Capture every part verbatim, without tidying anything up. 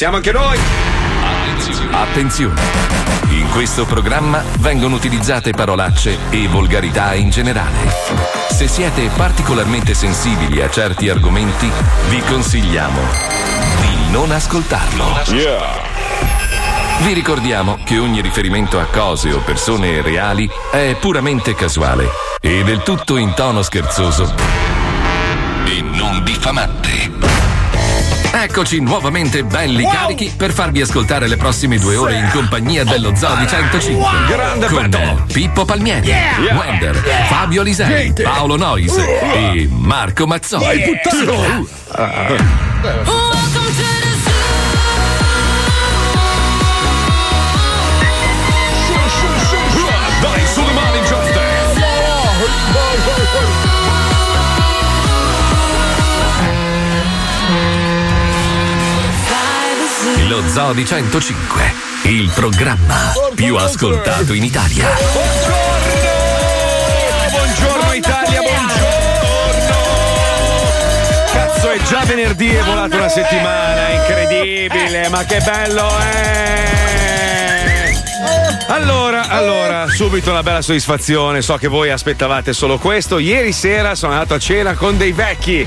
Siamo anche noi. Attenzione! In questo programma vengono utilizzate parolacce e volgarità in generale. Se siete particolarmente sensibili a certi argomenti, vi consigliamo di non ascoltarlo. Yeah. Vi ricordiamo che ogni riferimento a cose o persone reali è puramente casuale e del tutto in tono scherzoso e non diffamante. Eccoci nuovamente belli wow. carichi per farvi ascoltare le prossime due ore in compagnia dello Zoo di centocinque. Wow. Grande con bello. Pippo Palmieri, yeah. Yeah. Wender, yeah. Fabio Lisei, yeah. Paolo Nois uh. e Marco Mazzoni. Vai puttano! Uh. Uh. Dai, sulle mani giuste! Lo Zoo di centocinque, il programma più ascoltato in Italia. Buongiorno! Buongiorno Italia, buongiorno! Cazzo, è già venerdì, è volata una settimana, incredibile, ma che bello è! Allora, allora, subito una bella soddisfazione, so che voi aspettavate solo questo. Ieri sera sono andato a cena con dei vecchi.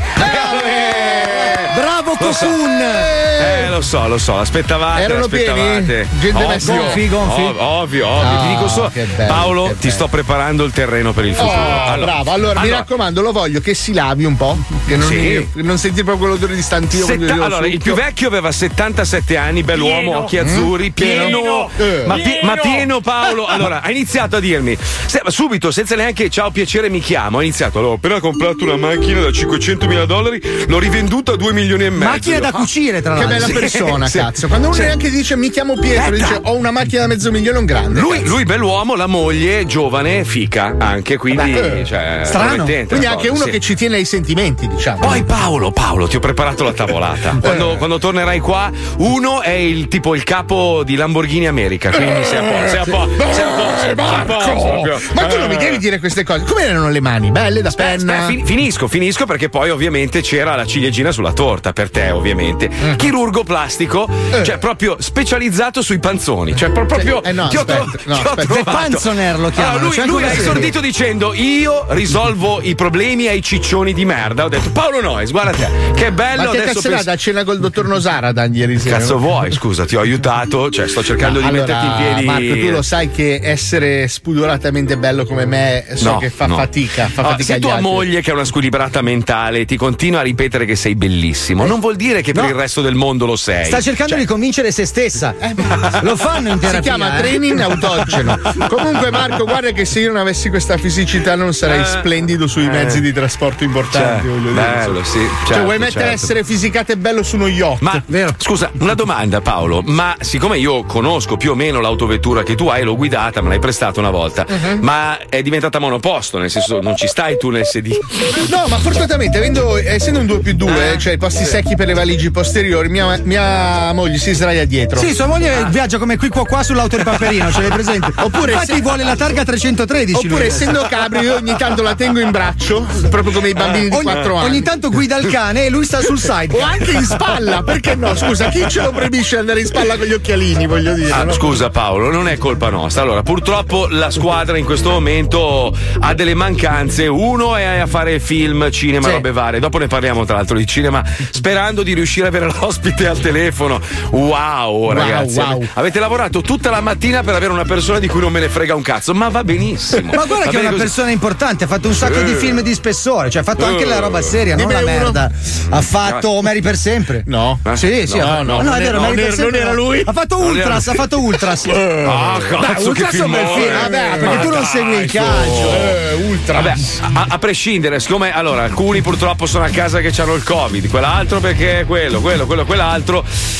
Bravo Cocoon! Eh, lo so, lo so, aspettavate, erano aspettavate. Pieni? Gente messa gonfi, gonfi. Ov- ovvio, ovvio. Oh, ti dico solo, bello, Paolo, ti sto preparando il terreno per il futuro. Oh, allora, bravo, allora, allora mi raccomando, lo voglio che si lavi un po', che non, sì. mi, non sentire proprio l'odore di stantino. Setta- allora, il più vecchio aveva settantasette anni, bell'uomo, pieno. Occhi azzurri, pieno, pieno. Eh. Ma, pi- ma pieno Paolo. Allora, ha iniziato a dirmi se, subito, senza neanche ciao piacere mi chiamo, ha iniziato, allora, ho appena comprato una macchina da cinquecentomila dollari, l'ho rivenduta a due milioni e mezzo. Macchina da cucire, tra l'altro. Che bella sì, persona, sì, cazzo. Quando uno sì. neanche dice mi chiamo Pietro, Aspetta. dice ho una macchina da mezzo milione, un grande. Lui, lui bell'uomo, la moglie giovane, fica anche, quindi Beh, cioè, strano. Quindi anche cosa, uno sì. che ci tiene ai sentimenti, diciamo. Poi Paolo, Paolo, ti ho preparato la tavolata. Quando, Eh. quando tornerai qua, uno è il tipo il capo di Lamborghini America, quindi sei a posto, sei a posto, sei a posto, sei a posto. Ma tu non mi devi dire queste cose. Come erano le mani? Belle da Aspetta, penna? aspetta, fin- finisco, finisco perché poi ovviamente c'era la ciliegina sulla torta per te, ovviamente. Mm. Chirurgo plastico, Eh. cioè proprio specializzato sui panzoni, cioè pro- proprio Eh, no, ti ho, aspetta, tro- no, ti ho aspetta. trovato. Panzoner lo chiamano. Allora, lui, c'è lui anche ha una esordito dicendo io risolvo i problemi ai ciccioni di merda. Ho detto Paolo Nois, guarda te, che bello. Ma che adesso cazzo era penso- da cena col dottor Nosaradan ieri sera? Cazzo vuoi? Scusa, ti ho aiutato, cioè sto cercando No, di allora, metterti in piedi. Marco, tu lo sai che essere spudoratamente bello come me so No, che fa no. fatica, fa Allora, fatica se agli tua altri. moglie, che è una squilibrata mentale, ti continua a ripetere che sei bellissimo, non vuol dire che per No. il resto del mondo lo sei. Sta cercando Cioè, di convincere se stessa. Lo fanno in terapia. Si chiama eh. training autogeno. Comunque, Marco, guarda che se io non avessi questa fisicità non sarei Eh, splendido sui eh. mezzi di trasporto importanti. Cioè, voglio dire. bello, sì. Cioè, certo, vuoi mettere certo. essere fisicato e bello su uno yacht? Ma scusa, una domanda Paolo, ma siccome io conosco più o meno l'autovettura che tu hai, l'ho guidata, me l'hai prestata una volta, Uh-huh. ma è diventata monoposto, nel senso non ci stai tu nel sedile. No, ma fortunatamente, avendo, essendo un due più due, Ah, cioè i posti secchi per le valigie posteriori, mia, mia moglie si sdraia dietro. Sì, sua moglie viaggia come qui qua qua sull'auto di Paperino, ce l'hai presente? Oppure Infatti se- vuole la targa trecentotredici. Oppure lui. essendo cabrio io ogni tanto la tengo in braccio, proprio come i bambini di ogni, quattro anni. ogni tanto guida il cane e lui sta sul side. O anche in spalla, perché no? Scusa, chi ce lo proibisce di andare in spalla con gli occhialini, voglio dire. Ah, no? scusa Paolo, non è colpa nostra. Allora, purtroppo la squadra in questo momento ha delle mancanze. Uno è a fare film, cinema, Sì. robe varie. Dopo ne parliamo tra l'altro di cinema, sperando di riuscire a avere l'ospite al telefono. Wow, ragazzi. wow. ave- Avete lavorato tutta la mattina per avere una persona di cui non me ne frega un cazzo, ma va benissimo. Ma guarda Va che è bene una così. persona importante, ha fatto un sacco Eh. di film di spessore, cioè ha fatto anche Eh. la roba seria, non Dimmene la uno. merda. Ha fatto Mary per sempre. No. Eh? Sì, sì, No, ha fatto- no, no, non è era- vero, non Mary per era- sempre non era no. lui? Ha fatto Non Ultras, era- ha fatto Ultras. Ah, cazzo, che Ultras è un bel filmone. film. Vabbè, perché Ma tu non dai, segui il su. calcio. Eh, ultra. Vabbè, a, a prescindere, siccome allora alcuni purtroppo sono a casa che hanno il Covid, quell'altro perché quello, quello, quello, quell'altro.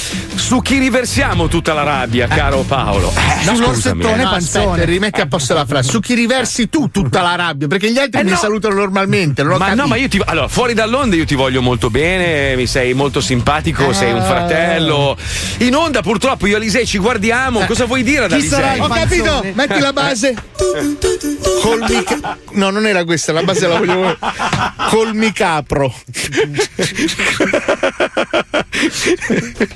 Su chi riversiamo tutta la rabbia, caro Paolo? Eh, Sull'orsettone No, panzone. aspetta, rimetti a posto la frase. Su chi riversi tu tutta la rabbia? Perché gli altri Eh, mi no. salutano normalmente. Non ho Ma capito. no, ma io ti allora, fuori dall'onda io ti voglio molto bene, mi sei molto simpatico, sei un fratello. In onda purtroppo io e Alisei ci guardiamo, cosa vuoi dire ad Chi sarà Alisei? il Ho capito, panzone? metti la base. Col mica... No, non era questa, la base la voglio. Col micapro. Ma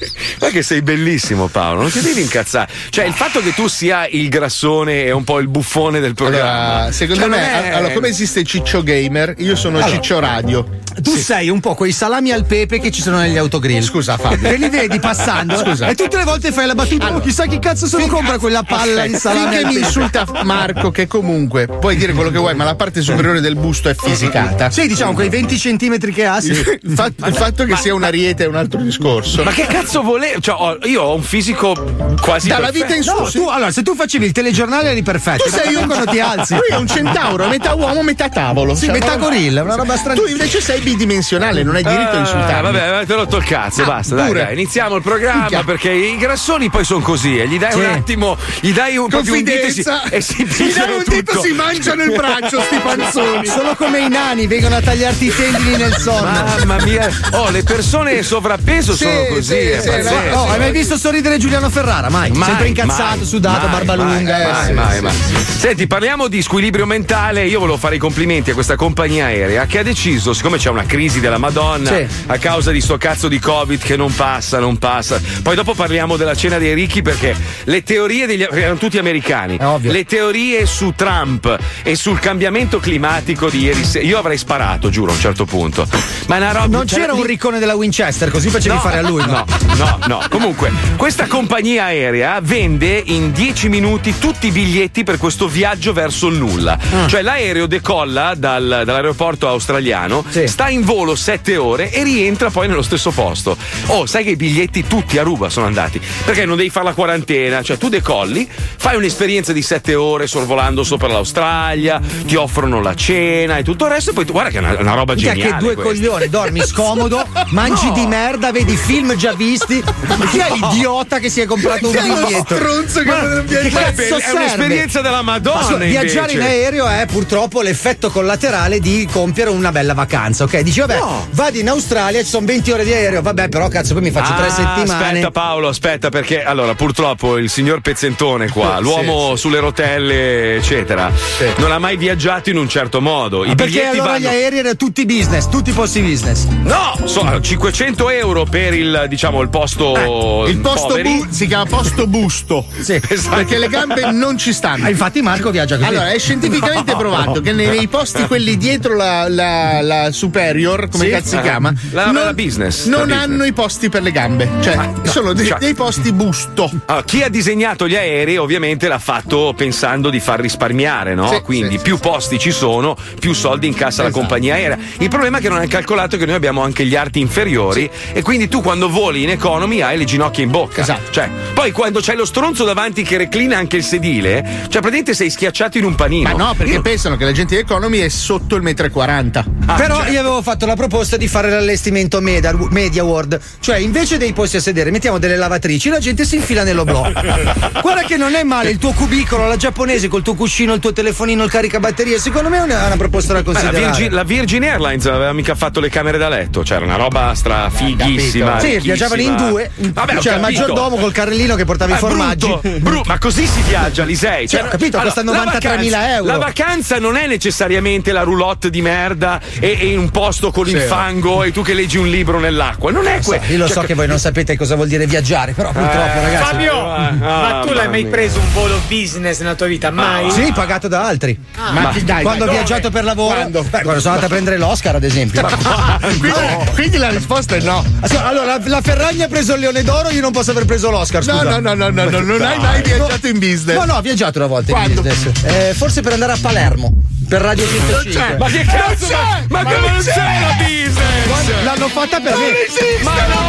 Guarda che sei bellissimo, Paolo, non ti devi incazzare. Cioè, il fatto che tu sia il grassone e un po' il buffone del programma. Allora, secondo cioè, me, è... allora, come esiste Ciccio Gamer, io sono allora, Ciccio Radio. Tu sì. sei un po' quei salami al pepe che ci sono negli autogrill. Scusa, Fabio. Che li vedi passando. Scusa. E tutte le volte fai la battuta. Allora, oh, chissà chi cazzo se lo compra quella palla di salami. Finché mi insulta Marco, che comunque puoi dire quello che vuoi, ma la parte superiore del busto è fisicata. Sì, diciamo quei venti centimetri che ha. Sì. Il, fatto, il fatto che ma... sia un ariete è un altro discorso. Ma che cazzo volevo? Cioè, ho, io ho un fisico quasi dalla perfetto. vita in su. No, tu, allora, se tu facevi il telegiornale eri perfetto. Tu sei un quando ti alzi. Lui è un centauro, metà uomo, metà tavolo. Sì, cioè, metà no, gorilla, una roba strana. Tu invece sei bidimensionale, non hai diritto a insultarmi. Eh, vabbè, avete rotto il cazzo, ah, basta, dai, dai, iniziamo il programma. Minchia. Perché i grassoni poi sono così, e gli dai sì. un attimo, gli dai un po' un dito e si, e si gli dai un dito tutto. Si mangiano il braccio sti panzoni. Sono come i nani, vengono a tagliarti i tendini nel sonno. Mamma mia. Oh, le persone sovrappeso sì, sono così, sì, è sì, pazzesco. No, hai mai visto sorridere Giuliano Ferrara? Mai, mai sempre incazzato, mai, sudato, mai, barba mai, lunga. Mai, eh, mai, sì, mai, sì, mai. sì. Senti, parliamo di squilibrio mentale. Io volevo fare i complimenti a questa compagnia aerea che ha deciso, siccome c'è una crisi della Madonna sì. a causa di sto cazzo di Covid che non passa, non passa. Poi dopo parliamo della cena dei ricchi, perché le teorie degli erano tutti americani. Le teorie su Trump e sul cambiamento climatico di ieri sera. Io avrei sparato, giuro, a un certo punto. Ma una roba. Non c'era un riccone della Winchester, così facevi no, fare a lui. No, no, no. Comunque, questa compagnia aerea vende in dieci minuti tutti i biglietti per questo viaggio verso il nulla. Ah. Cioè, l'aereo decolla dal, dall'aeroporto australiano, sì. sta in volo sette ore e rientra poi nello stesso posto. Oh, sai che i biglietti tutti a ruba sono andati? Perché non devi fare la quarantena, cioè tu decolli, fai un'esperienza di sette ore sorvolando sopra l'Australia, ti offrono la cena e tutto il resto, e poi tu guarda che è una, una roba Mica geniale. Che due questa. coglioni, dormi scomodo, mangi no. di merda, vedi film già visti. Chi è l'idiota che si è comprato un biglietto? Stronzo che non che cazzo è, è un'esperienza della Madonna. So, viaggiare in aereo è purtroppo l'effetto collaterale di compiere una bella vacanza, ok? Dici vabbè, no. vado in Australia, ci sono venti ore di aereo, vabbè, però cazzo poi mi faccio ah, tre settimane. Aspetta Paolo, aspetta, perché allora purtroppo il signor Pezzentone qua, l'uomo sì, sulle sì. rotelle eccetera, sì. non ha mai viaggiato in un certo modo. I perché allora vanno... gli aerei erano tutti business, tutti posti business. No, sono cinquecento euro per il diciamo il posto eh, il posto bu- si chiama posto busto sì. esatto. Perché le gambe non ci stanno. Ah, infatti Marco viaggia così. Allora è scientificamente no, provato no. che nei, nei posti quelli dietro la, la, la superior, come sì? cazzo si uh-huh. chiama, la, non, la business non la hanno business. i posti per le gambe, cioè ah, no, sono dei, cioè, dei posti busto. Allora, chi ha disegnato gli aerei ovviamente l'ha fatto pensando di far risparmiare, no? Sì, quindi sì, più sì. posti ci sono, più soldi incassa esatto. la compagnia aerea. Il problema è che non hai calcolato che noi abbiamo anche gli arti inferiori sì. e quindi tu quando voli in economy hai le ginocchia in bocca. Esatto. Cioè, poi quando c'hai lo stronzo davanti che reclina anche il sedile, cioè praticamente sei schiacciato in un panino. Ma no, perché Io... pensano che la gente di economy è sotto il metro e quaranta. Ah, però certo. io avevo fatto la proposta di fare l'allestimento Media, Media World, cioè invece dei posti a sedere mettiamo delle lavatrici, la gente si infila nell'oblò. Guarda che non è male il tuo cubicolo alla giapponese col tuo cuscino, il tuo telefonino, il caricabatterie, secondo me è una, una proposta da considerare. La Virgin, la Virgin Airlines non aveva mica fatto le camere da letto, c'era una roba strafighissima. Sì, viaggiavano in due. Vabbè, c'era il maggiordomo col carrellino che portava eh, i formaggi. Brutto, brutto. Ma così si viaggia, Lisei. Cioè, cioè, capito, allora, costa novantatremila euro. La vacanza non è necessariamente la roulotte di merda e, e in un posto con sì. il fango e tu che leggi un libro nell'acqua. Non è quello. Io lo cioè, so che voi non sapete cosa vuol dire viaggiare, però purtroppo, eh, ragazzi. Fabio, ah, ma tu l'hai mai mia. preso un volo business nella tua vita? Mai? Ah, sì, pagato da altri. Ah, ma, ma dai, quando dai, ho viaggiato per lavoro, quando? Beh, quando sono andato a prendere l'Oscar, ad esempio. quindi, no. quindi la risposta è no. Allora, la, la Ferragni ha preso il Leone d'Oro, io non posso aver preso l'Oscar. Scusa. No, no, no, no, no, no non hai mai viaggiato in business. No, no, ho viaggiato una volta quando? in business. Eh, forse per andare a Palermo. Per Radio centocinque. Ma che cazzo? c'è, ma, ma come non c'è la business? L'hanno fatta per non me. Esiste ma no,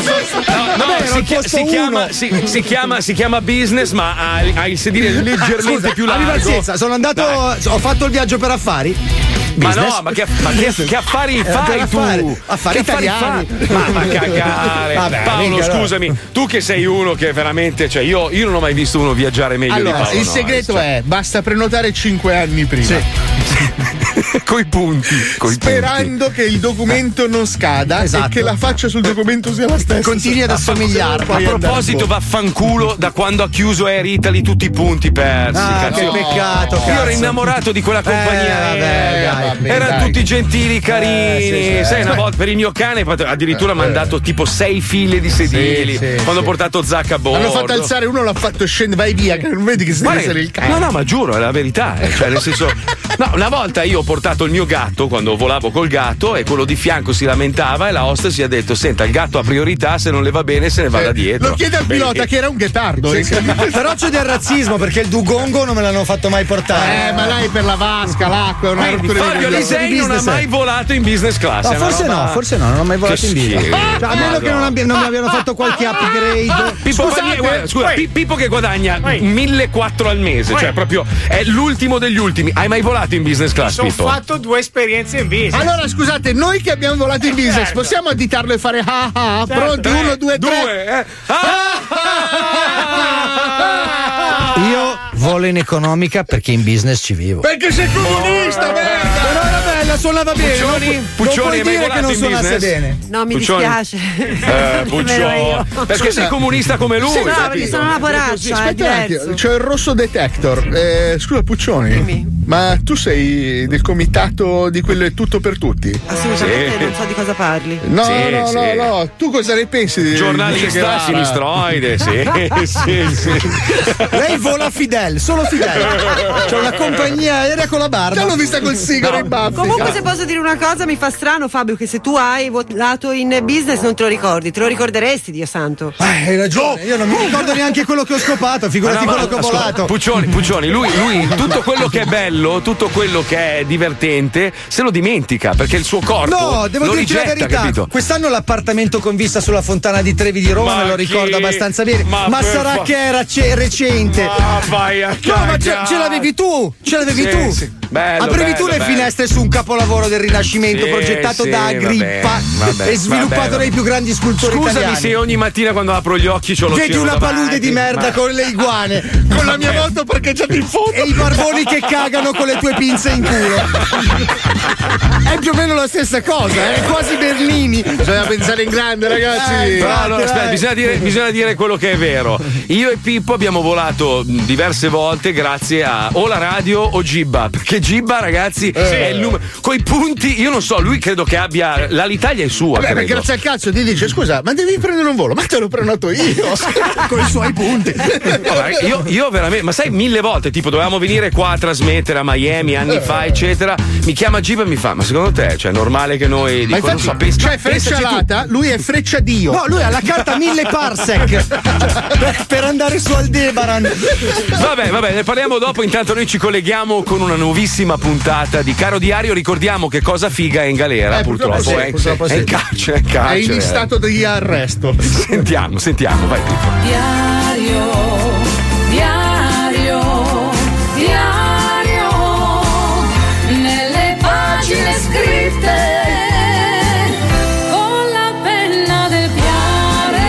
ma no, Vabbè, si, chia- si, chiama, si, si, chiama, si chiama business, ma ha, ha il sedile leggermente Scusa, più largo. pazienza, sono andato, Dai. ho fatto il viaggio per affari. Ma business. no, ma che, ma che, che affari fai tu? Affari, affari che italiani. Affari fai? Ma, ma cagare. Vabbè, Paolo, mica, scusami, no. tu che sei uno che veramente, cioè io, io non ho mai visto uno viaggiare meglio allora, di Paolo. Il segreto Noyes, cioè. è basta prenotare cinque anni prima. Sì. coi punti. Coi Sperando punti. che il documento non scada esatto. e che la faccia sul documento sia la stessa. Continui ad assomigliare. A proposito, vaffanculo da quando ha chiuso Air Italy tutti i punti persi. Ah, cazzo. che peccato. Io ero innamorato di quella compagnia eh, aerea. vabbè, vabbè, erano dai. tutti gentili, carini. Eh, sì, sì, Sai, eh. una volta per il mio cane, addirittura mi hanno dato tipo sei file di sedili. Sì, sì, quando sì. ho portato Zac a bordo. Hanno fatto alzare uno, l'ha fatto scendere, vai via, che non vedi che si deve Guarda, essere il cane. No, no, ma giuro, è la verità. eh. Cioè, nel senso, no, una volta io ho portato il mio gatto quando volavo col gatto e quello di fianco si lamentava e la host si è detto: senta, il gatto ha priorità, se non le va bene se ne vada dietro. Lo chiede al pilota, che era un ghetardo. Sì, sì. Però c'è del razzismo perché il dugongo non me l'hanno fatto mai portare. Eh, ma lei per la vasca, l'acqua, è una rottura di Fabio coglioni. Lisei non ha mai volato in business class. No, è una forse roba- no, forse no, non ho mai volato Che in business. schifo. Cioè, a meno che non, abbia, non mi abbiano fatto qualche upgrade. Pippo, Scusate, Pagni- guarda, scusa, Poi- Pi- Pippo che guadagna Poi- millequattrocento al mese, Poi- cioè proprio è l'ultimo degli ultimi. Hai mai volato in business class, Sono Pippo? fatto due esperienze in business. Allora, scusate, noi che abbiamo volato in business, Certo. possiamo additarlo e fare ah ah, Certo. pronti? Uno, due, tre. Due, eh? Ah! Io volo in economica perché in business ci vivo. Perché sei comunista, merda! Però era bella, suonava bene. Puccioni, non, Puccioni, non hai puoi mai dire che volato non in suonasse business? bene. No, mi Puccioni. dispiace. Eh, Vero Puccioni. Perché sei comunista come lui? No, capito? perché sono una poraccia, è Aspetta un diverso. attimo, c'è il rosso detector. Eh, scusa, Puccioni, Dimmi. ma tu sei del comitato di quello è tutto per tutti? Assolutamente Sì. non so di cosa parli. No, Sì, no, sì. no, no. Tu cosa ne pensi di Giornalista di Che Guevara? sinistroide, sì, sì, sì. Lei vola Fidel, solo Fidel. C'è una compagnia aerea con la barba. Già l'ho vista col sigaro in baffi. Comunque, se posso dire una cosa, mi fa strano, Fabio, che se tu hai volato in business non te lo ricordi, te lo ricorderesti, Dio santo. Eh, hai ragione, io non mi ricordo neanche quello che ho scopato, figurati Ma no, quello ma- che ho ascolta, volato. Puccioni, Puccioni, lui, lui tutto quello che è bello, tutto quello che è divertente, se lo dimentica perché il suo corpo No, devo lo dirti rigetta, la verità. capito? Quest'anno l'appartamento con vista sulla fontana di Trevi di Roma Ma me lo chi? ricordo abbastanza bene. Ma Ma, per sarà fa- che era ce- recente. Ah, vai a No, ma ce, cagare. ce l'avevi tu, ce l'avevi Sì, tu. sì. Bello, Aprivi tu bello, le bello. finestre su un capolavoro del Rinascimento Sì, progettato sì, da vabbè, Agrippa vabbè, e sviluppato vabbè. dai più grandi scultori Scusami italiani. se ogni mattina quando apro gli occhi c'ho lo Vedi cielo una davanti, palude di merda ma- con le iguane Con la mia moto parcheggiata in fondo. e i barboni che cagano con le tue pinze in culo. È più o meno la stessa cosa, è quasi Berlini. Bisogna pensare in grande, ragazzi. Eh, Però Infatti, allora, aspetta, dai. bisogna dire, bisogna dire quello che è vero. Io e Pippo abbiamo volato mh, diverse volte grazie a o la radio o Gibba. Perché Gibba, ragazzi, è il numero. Coi punti, io non so, lui credo che abbia. L'Alitalia è sua. Vabbè, credo. perché grazie al cazzo ti dice scusa, ma devi prendere un volo, ma te l'ho prenotato io con i suoi punti. No, ma io, io veramente, ma sai, mille volte, tipo, dovevamo venire qua a trasmettere a Miami anni fa, eccetera. Mi chiama Gibba e mi fa: ma secondo te, cioè, è normale che noi Ma dico, non infatti, so, pensa, cioè pensaci tu. freccialata, lui è freccia Dio. No, lui ha la carta mille parsec per, per andare su Aldebaran. Vabbè, vabbè, ne parliamo dopo. Intanto noi ci colleghiamo con una nuovissima puntata di Caro Diario. Ricordiamo che Cosa Figa è in galera, Eh, purtroppo. purtroppo sì, è, purtroppo è sì. in carcere, è in È carcere. in stato di arresto. Sentiamo, sentiamo, vai Pippo. Diario, diario, diario, nelle pagine scritte con la penna del piare.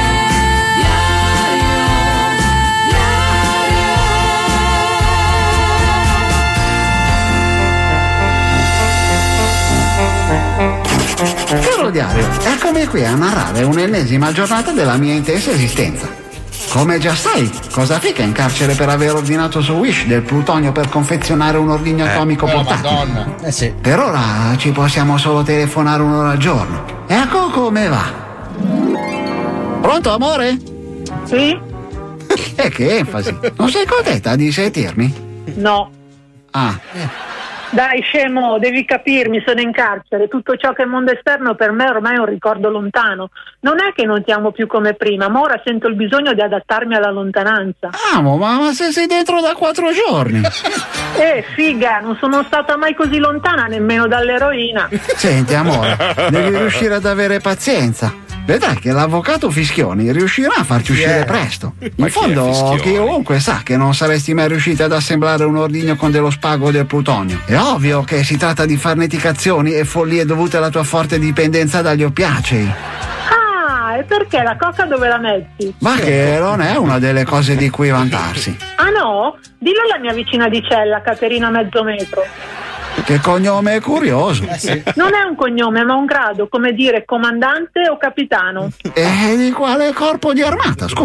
Caro diario, eccomi qui a narrare un'ennesima giornata della mia intensa esistenza. Come già sai, Cosa Figa è in carcere per aver ordinato su Wish del plutonio per confezionare un ordigno atomico portatile. Madonna. Eh sì. Per ora ci possiamo solo telefonare un'ora al giorno. Ecco come va. Pronto, amore? Sì? E che enfasi. Non sei contenta di sentirmi? No. Ah, Dai, scemo, devi capirmi, sono in carcere. Tutto ciò che è mondo esterno per me ormai è un ricordo lontano. Non è che non ti amo più come prima, ma ora sento il bisogno di adattarmi alla lontananza. amo, ma, ma se sei dentro da quattro giorni. Eh, figa, non sono stata mai così lontana nemmeno dall'eroina. Senti, amore, devi riuscire ad avere pazienza. Vedrai che l'avvocato Fischioni riuscirà a farci uscire Yeah. presto. Ma In chi è fondo, Fischioni? chiunque sa che non saresti mai riusciti ad assemblare un ordigno con dello spago del plutonio. È ovvio che si tratta di farneticazioni e follie dovute alla tua forte dipendenza dagli oppiacei. Ah, e perché la coca dove la metti? Ma che non è una delle cose di cui vantarsi. Ah no? Dillo alla mia vicina di cella, Caterina Mezzo Metro. Che cognome curioso. Non è un cognome, ma un grado, come dire comandante o capitano. E di quale corpo di armata, scusa? Che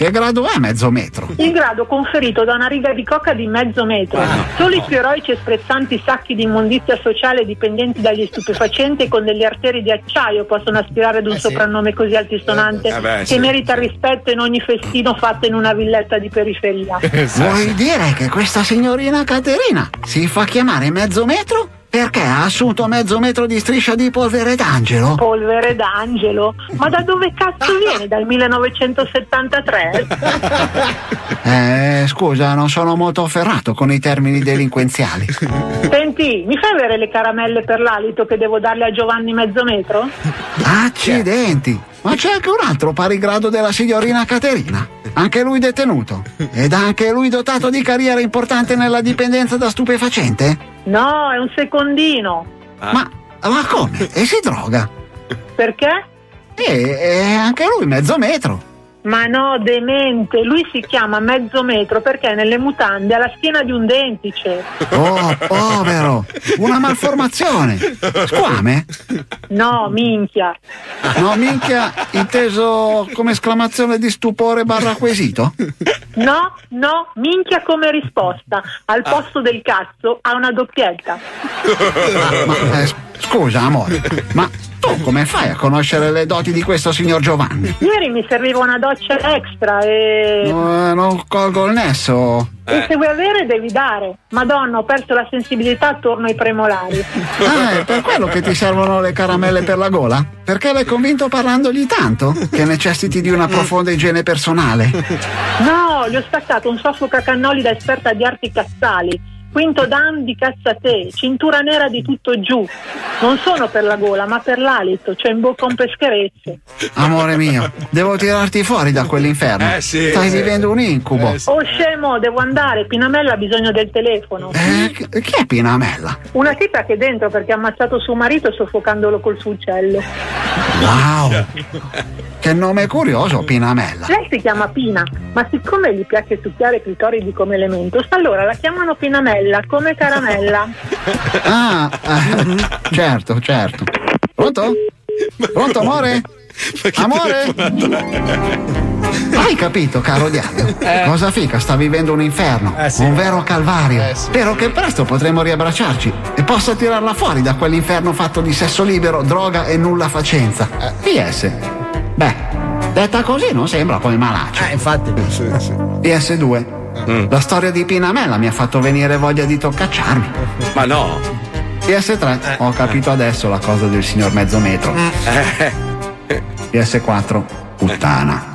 Che grado è mezzo metro? Il grado conferito da una riga di coca di mezzo metro. Ah, no. Solo i più eroici e sprezzanti sacchi di immondizia sociale dipendenti dagli stupefacenti e con degli arteri di acciaio possono aspirare ad un Eh sì. soprannome così altisonante Eh beh, che sì. merita rispetto in ogni festino fatto in una villetta di periferia. Vuoi dire che questa signorina Caterina si fa chiamare mezzo metro? Perché ha assunto mezzo metro di striscia di polvere d'angelo? Polvere d'angelo? Ma da dove cazzo viene? Dal millenovecentosettantatré? Eh, scusa, non sono molto ferrato con i termini delinquenziali. Senti, mi fai avere le caramelle per l'alito che devo darle a Giovanni mezzo metro? Accidenti! Ma c'è anche un altro pari grado della signorina Caterina. Anche lui detenuto. Ed anche lui dotato di carriera importante nella dipendenza da stupefacente? No, è un secondino. Ma, ma come? E si droga? Perché? E, e anche lui mezzo metro. Ma no, demente, lui si chiama mezzo metro perché nelle mutande ha la schiena di un dentice. Oh, povero! Una malformazione! Squame? No, minchia. No, minchia, inteso come esclamazione di stupore barra quesito? No, no, minchia come risposta. Al posto del cazzo ha una doppietta. Ma, eh, scusa, amore, ma tu come fai a conoscere le doti di questo signor Giovanni? Ieri mi serviva una doccia extra e... No, eh, non colgo il nesso. E se vuoi avere devi dare. Madonna, ho perso la sensibilità attorno ai premolari. Ah, è per quello che ti servono le caramelle per la gola? Perché l'hai convinto parlandogli tanto? Che necessiti di una profonda igiene personale? No, gli ho staccato un soffoca cannoli da esperta di arti cazzali. Quinto dan di cazzate, cintura nera di tutto giù. Non sono per la gola, ma per l'alito, cioè in bocca un peschereccio. Amore mio, devo tirarti fuori da quell'inferno. Eh, sì, Stai sì. vivendo un incubo. Eh, sì. Oh scemo, devo andare, Pinamella ha bisogno del telefono. Eh, chi chi è Pinamella? Una tipa che è dentro perché ha ammazzato suo marito soffocandolo col suo uccello. Wow! Che nome curioso, Pinamella. Lei si chiama Pina, ma siccome gli piace succhiare clitoridi come elemento, allora la chiamano Pinamella, come caramella. Ah, eh, certo, certo. Pronto? Pronto, amore? Amore? Hai capito, caro diavolo? Eh. Cosa fica, sta vivendo un inferno, Eh, sì. un vero calvario. Eh, sì. Spero che presto potremo riabbracciarci e possa tirarla fuori da quell'inferno fatto di sesso libero, droga e nulla facenza. P S. Beh, detta così non sembra poi malaccio. Eh, infatti. P S due. Mm. La storia di Pinamella mi ha fatto venire voglia di toccacciarmi. Ma no. P S tre. Ho capito adesso la cosa del signor mezzo metro. P S quattro. Puttana.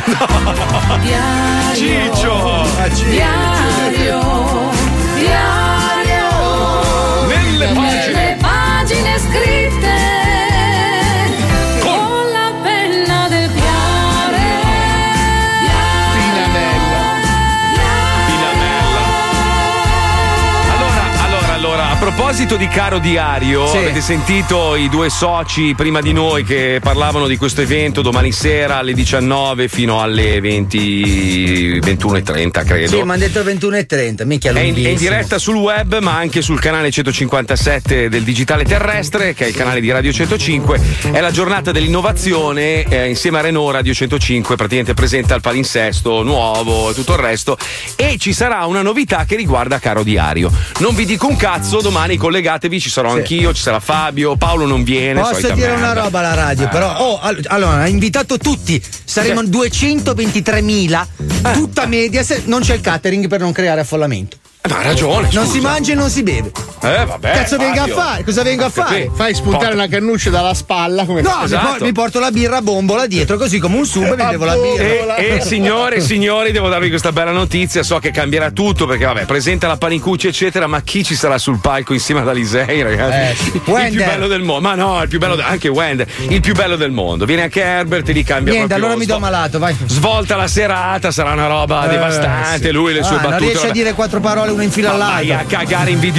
Ciccio! Diario, diario, Nelle pagine. nelle pagine scritte con la penna del piare. Allora, allora, allora, a proposito di caro diario, Sì. avete sentito i due soci prima di noi che parlavano di questo evento domani sera alle diciannove fino alle venti, ventuno e trenta, credo. Sì, mi hanno detto ventuno e trenta, minchia È in, è in lunghissimo. diretta sul web, ma anche sul canale centocinquantasette del Digitale Terrestre, che è il canale di Radio centocinque. È la giornata dell'innovazione, eh, insieme a Renault Radio centocinque praticamente presenta il palinsesto nuovo e tutto il resto. E ci sarà una novità che riguarda caro diario. Non vi dico un cazzo, domani collegatevi, ci sarò Sì. anch'io, ci sarà Fabio, Paolo non viene. Posso solita dire merda. una roba alla radio, Eh. però. Oh, all- allora, ha invitato tutti. Saremo Sì. duecentoventitremila. Tutta media. Se non c'è il catering per non creare affollamento. Ma ha ragione. Non scusa. si mangia e non si beve. Eh, vabbè. Cazzo venga a Fabio. fare? Cosa vengo a Ho capito. fare? Fai spuntare Porta- una cannuccia dalla spalla come No, mi, Esatto. por- mi porto la birra a bombola dietro, così come un sub e mi bevo la birra. E, e signore e signori, devo darvi questa bella notizia. So che cambierà tutto perché, vabbè, presenta la Panicucci, eccetera. Ma chi ci sarà sul palco insieme ad Alisei, ragazzi? Eh, sì. Il più Wender. bello del mondo. Ma no, il più bello, de- anche Wender, il più bello del mondo. Viene anche Herbert e li cambia Niente, proprio. allora mi do svol- malato, vai. Svolta la serata, sarà una roba Eh, devastante. sì. Lui, le sue Ah, non battute. riesce a vabbè. dire quattro parole una in fila Ma vai a all'altro. cagare invidioso.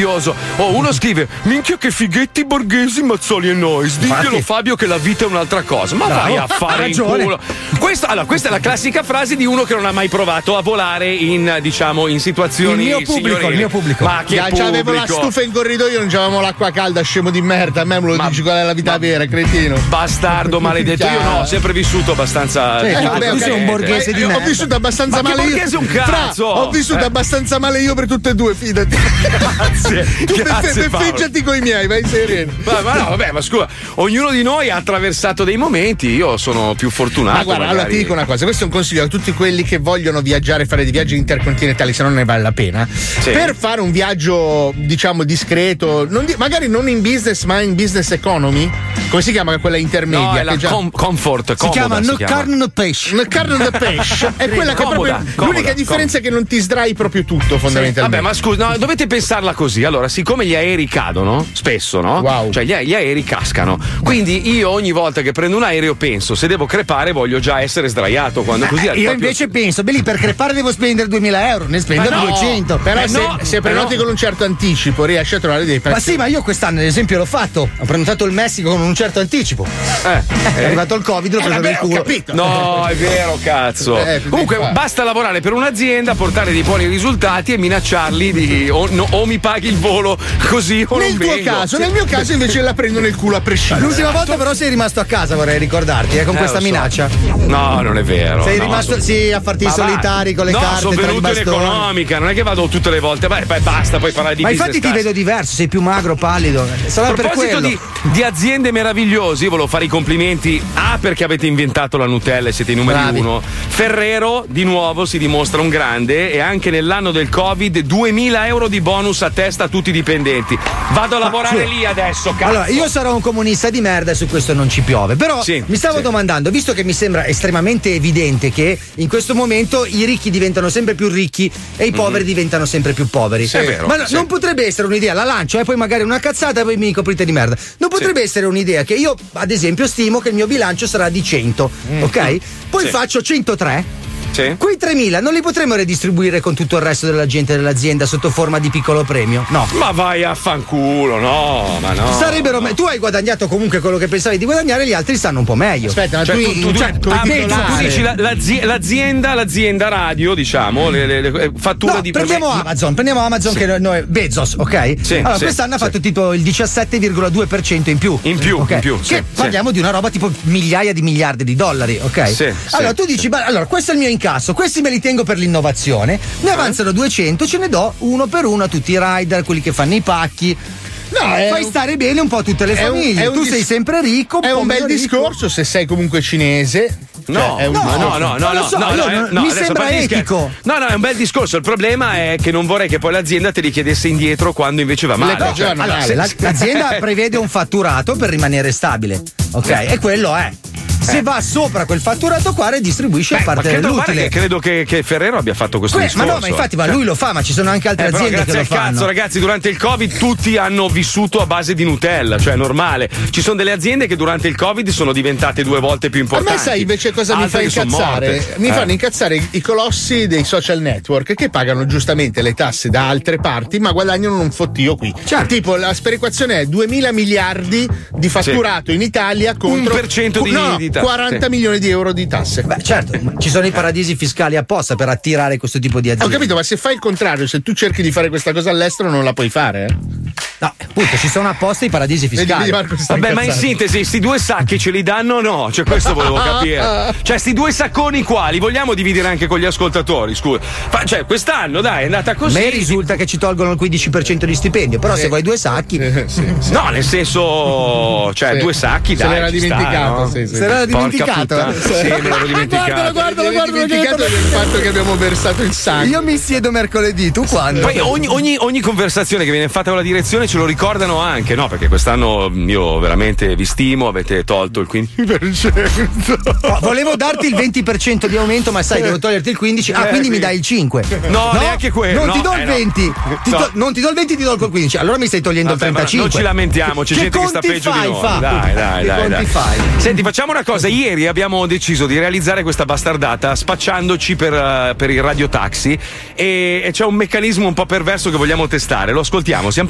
Oh, uno scrive: minchia che fighetti Borghesi, Mazzoli e Nois. Diglielo Fabio che la vita è un'altra cosa. Ma Bravo, vai a fare in culo. Questo, allora, questa è la classica frase di uno che non ha mai provato a volare in, diciamo, in situazioni. Il mio pubblico, signorili. il mio pubblico. Ma che Già pubblico? avevo la stufa in corridoio, non c'avevamo l'acqua calda, scemo di merda. A me me lo Ma- dici qual è la vita ma- vera, cretino. Bastardo maledetto. Io no, ho sempre vissuto abbastanza. Sì, Eh, vabbè, tu sei ok. un borghese di Eh, Ho merda. vissuto abbastanza Ma che male io. borghese un Fra, cazzo? ho vissuto Eh. abbastanza male io per tutte e due, fidati. Grazie, Tu grazie, Paolo. beffeggiati con i miei, vai sereno. Ma, ma no, vabbè, ma scusa, ognuno di noi ha attraversato dei momenti, io sono più fortunato. Ma guarda, allora magari. ti dico una cosa, questo è un consiglio a tutti quelli che vogliono viaggiare, fare dei viaggi intercontinentali, se no non ne vale la pena. Per fare un viaggio, diciamo, discreto, non di- magari non in business, ma in business economy, come si chiama quella intermedia? No, è la che già- com- comfort, Si comoda, chiama si No chiama. Carne Pesce. Una carne da pesce è quella che Comoda, proprio comoda, l'unica differenza è che non ti sdrai proprio tutto fondamentalmente. Vabbè, ma scusa, no, dovete pensarla così. Allora, siccome gli aerei cadono, spesso, no? Wow. Cioè, gli, a- gli aerei cascano. Quindi io ogni volta che prendo un aereo penso, se devo crepare voglio già essere sdraiato. Quando così Eh, al io proprio- invece penso, beh lì per crepare devo spendere duemila euro, ne spendo Ma no, duecento. Però Eh se, no, se però- prenoti con un certo anticipo riesci a trovare dei prezzi. Ma sì, ma io quest'anno ad esempio l'ho fatto. Ho prenotato il Messico con un certo anticipo. Eh, È arrivato il Covid, l'ho Eh, preso vabbè, nel ho culo. capito. No, è vero, cazzo. Eh, Comunque, infatti. basta lavorare per un'azienda, portare dei buoni risultati e minacciarli di o, no, o mi paghi il volo così o Nel non tuo vengo. caso, nel mio caso invece la prendo nel culo a prescindere. L'ultima volta però sei rimasto a casa, vorrei ricordarti, eh, con Eh, questa lo so. minaccia. No, non è vero. Sei no, rimasto sono- sì a farti i Ma va- solitari con le no, carte sono tra i venuto in bastoni. economica, non è che vado tutte le volte. Beh, beh, basta, poi parlare di Ma business infatti ti class. vedo diverso, sei più magro, pallido. Sarà A per proposito quello. di, di aziende meravigliose, io volevo fare i complimenti A perché avete inventato la Nutella e siete i numeri Bravi. uno. Ferrero di nuovo si dimostra un grande e anche nell'anno del Covid duemila euro di bonus a testa a tutti i dipendenti. Vado a lavorare sì. lì adesso, cazzo. Allora, io sarò un comunista di merda e su questo non ci piove. Però Sì, mi stavo sì. domandando, visto che mi sembra estremamente evidente che in questo momento i ricchi diventano sempre più ricchi e i poveri diventano sempre più poveri. Sì, è vero, Ma no- sì. non potrebbe essere un'idea, la lancio e poi magari una cazzata e poi mi coprite di merda. Non potrebbe essere un'idea che io, ad esempio, stimo che il mio bilancio sarà di cento, ok? Poi Sì. faccio centotré. Sì. Quei tremila non li potremmo redistribuire con tutto il resto della gente dell'azienda sotto forma di piccolo premio? No. Ma vai a fanculo, no, ma no. Sarebbero me- tu hai guadagnato comunque quello che pensavi di guadagnare, gli altri stanno un po' meglio. Aspetta, ma Cioè, tu, tu, tu- cioè, tu- come ah, titolare- tu dici la- l'azi- l'azienda, l'azienda radio, diciamo, le, le- le fatture No, di prendiamo Amazon, prendiamo Amazon che noi, noi- Bezos, ok? Sì, allora, sì, quest'anno sì. ha fatto tipo il diciassette virgola due per cento in più. In più, Ok? in più, sì, Che sì. parliamo di una roba tipo migliaia di miliardi di dollari, ok? Sì, allora sì, tu dici, "Beh, allora questo è il mio incasso, questi me li tengo per l'innovazione, ne avanzano duecento, ce ne do uno per uno a tutti i rider, quelli che fanno i pacchi. No, è Fai un- stare bene un po' tutte le è un- famiglie. è un tu dis- sei sempre ricco. È po' un bel meno ricco. discorso se sei comunque cinese. No, Cioè, è un- no, no, no, no, non lo no, so, no, io no, non- eh, no, mi adesso sembra a parte gli scherzi. etico. No, no, è un bel discorso. Il problema è che non vorrei che poi l'azienda te li chiedesse indietro quando invece va male. cose Cioè, vanno Allora, male. la- l'azienda prevede un fatturato per rimanere stabile, ok? E quello è. Se va sopra quel fatturato qua, redistribuisce beh, ma parte credo, guarda dell'utile. che, credo che, che Ferrero abbia fatto questo Que- discorso. ma no, ma infatti, ma Cioè, lui lo fa, ma ci sono anche altre Eh, però aziende che grazie lo al fanno. cazzo, ragazzi, durante il Covid tutti hanno vissuto a base di Nutella, cioè è normale. Ci sono delle aziende che durante il Covid sono diventate due volte più A importanti. me sai invece cosa mi Altre fa che son incazzare? morte. Mi Eh. fanno incazzare i- i colossi dei social network che pagano giustamente le tasse da altre parti ma guadagnano un fottio qui. Certo. Tipo la sperequazione è duemila miliardi di fatturato in Italia contro Un per cento di- no, no, di tasse. quaranta Sì. milioni di euro di tasse. Beh, certo, ma ci sono i paradisi fiscali apposta per attirare questo tipo di Ho aziende. capito, ma se fai il contrario, se tu cerchi di fare questa cosa all'estero non la puoi fare, eh? No, appunto, ci sono apposta i paradisi Vedi, fiscali. vedi, Marco, sta Vabbè, ma in incazzando. sintesi, sti due sacchi ce li danno o no? Cioè, questo volevo capire. Cioè, sti due sacconi qua li vogliamo dividere anche con gli ascoltatori, scusa. Fa- cioè, quest'anno, dai, è andata A così. me risulta che ci tolgono il quindici per cento di stipendio, però se vuoi due sacchi. Sì, sì, sì. No, nel senso, cioè, Sì. due sacchi, Se dai. l'era ci sta, dimenticato, no? sì, sì. Se l'era Porca dimenticato. puttana. Sì, me l'ero dimenticato. Guardalo, guardalo, Eri guardalo. dimenticato del fatto che abbiamo versato il sangue. Io mi siedo mercoledì, tu quando? Poi ogni, ogni- ogni conversazione che viene fatta con la direzione ce lo ricordano anche, no? Perché quest'anno io veramente vi stimo, avete tolto il quindici per cento. Oh, volevo darti il venti per cento di aumento, ma sai, devo toglierti il quindici. Ah, Eh, quindi mi quindi- dai il cinque. No, neanche quello, Non no, ti do eh, il no. venti. Ti No. to- non ti do il venti, ti do il quindici. Allora mi stai togliendo Vabbè, il ma trentacinque. non ci lamentiamo, c'è Che gente che sta conti peggio fai, di noi. Fa? Dai, dai, Che dai, conti dai. fai? Senti, facciamo una cosa. Ieri abbiamo deciso di realizzare questa bastardata spacciandoci per, eh, per il radiotaxi e, e c'è un meccanismo un po' perverso che vogliamo testare. Lo ascoltiamo, siamo pronti?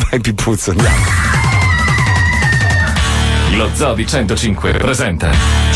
Vai Pippuzzo, andiamo. Lo Zoo di centocinque presenta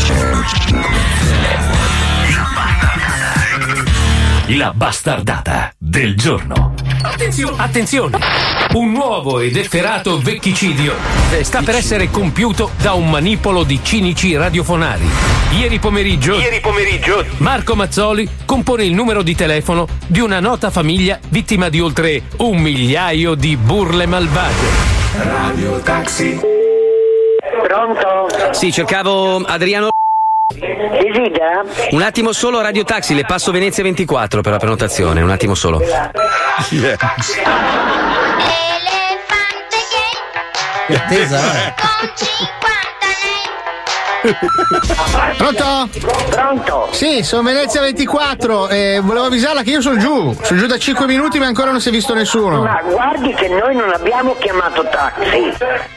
la bastardata del giorno. Attenzione, attenzione! Un nuovo ed efferato vecchicidio sta per essere compiuto da un manipolo di cinici radiofonari. Ieri pomeriggio, Ieri pomeriggio Marco Mazzoli compone il numero di telefono di una nota famiglia vittima di oltre un migliaio di burle malvagie. Radio Taxi. Pronto? Sì, cercavo Adriano. Desidera? Un attimo solo, Radio Taxi, le passo Venezia ventiquattro per la prenotazione, un attimo solo. Yeah. Che attesa? Pronto? Pronto? Sì, sono Venezia ventiquattro e volevo avvisarla che io sono giù. Sono giù da cinque minuti ma ancora non si è visto nessuno. Ma guardi che noi non abbiamo chiamato taxi.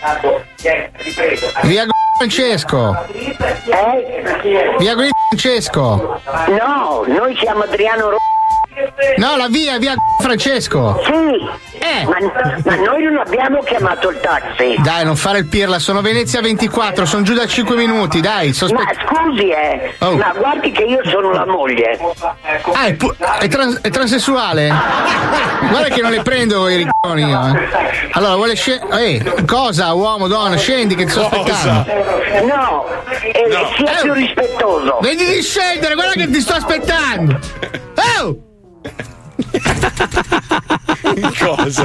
Via Francesco. Eh? Via Francesco. No, noi siamo Adriano Ro... No, la via, via Francesco. Sì. Eh. Ma, ma noi non abbiamo chiamato il taxi. Dai, non fare il pirla, sono Venezia ventiquattro, sono giù da cinque minuti, dai. Sospe... Ma scusi, eh. Oh. Ma guardi che io sono la moglie. Ah, è, pu- è, trans- è transessuale? Guarda che non le prendo i ricconi io, eh. Allora, vuole scendere. Ehi, cosa, uomo, donna, scendi che ti sto aspettando. No, eh, No. sia Eh. più rispettoso. Vedi di scendere, guarda che ti sto aspettando. Oh! Cosa?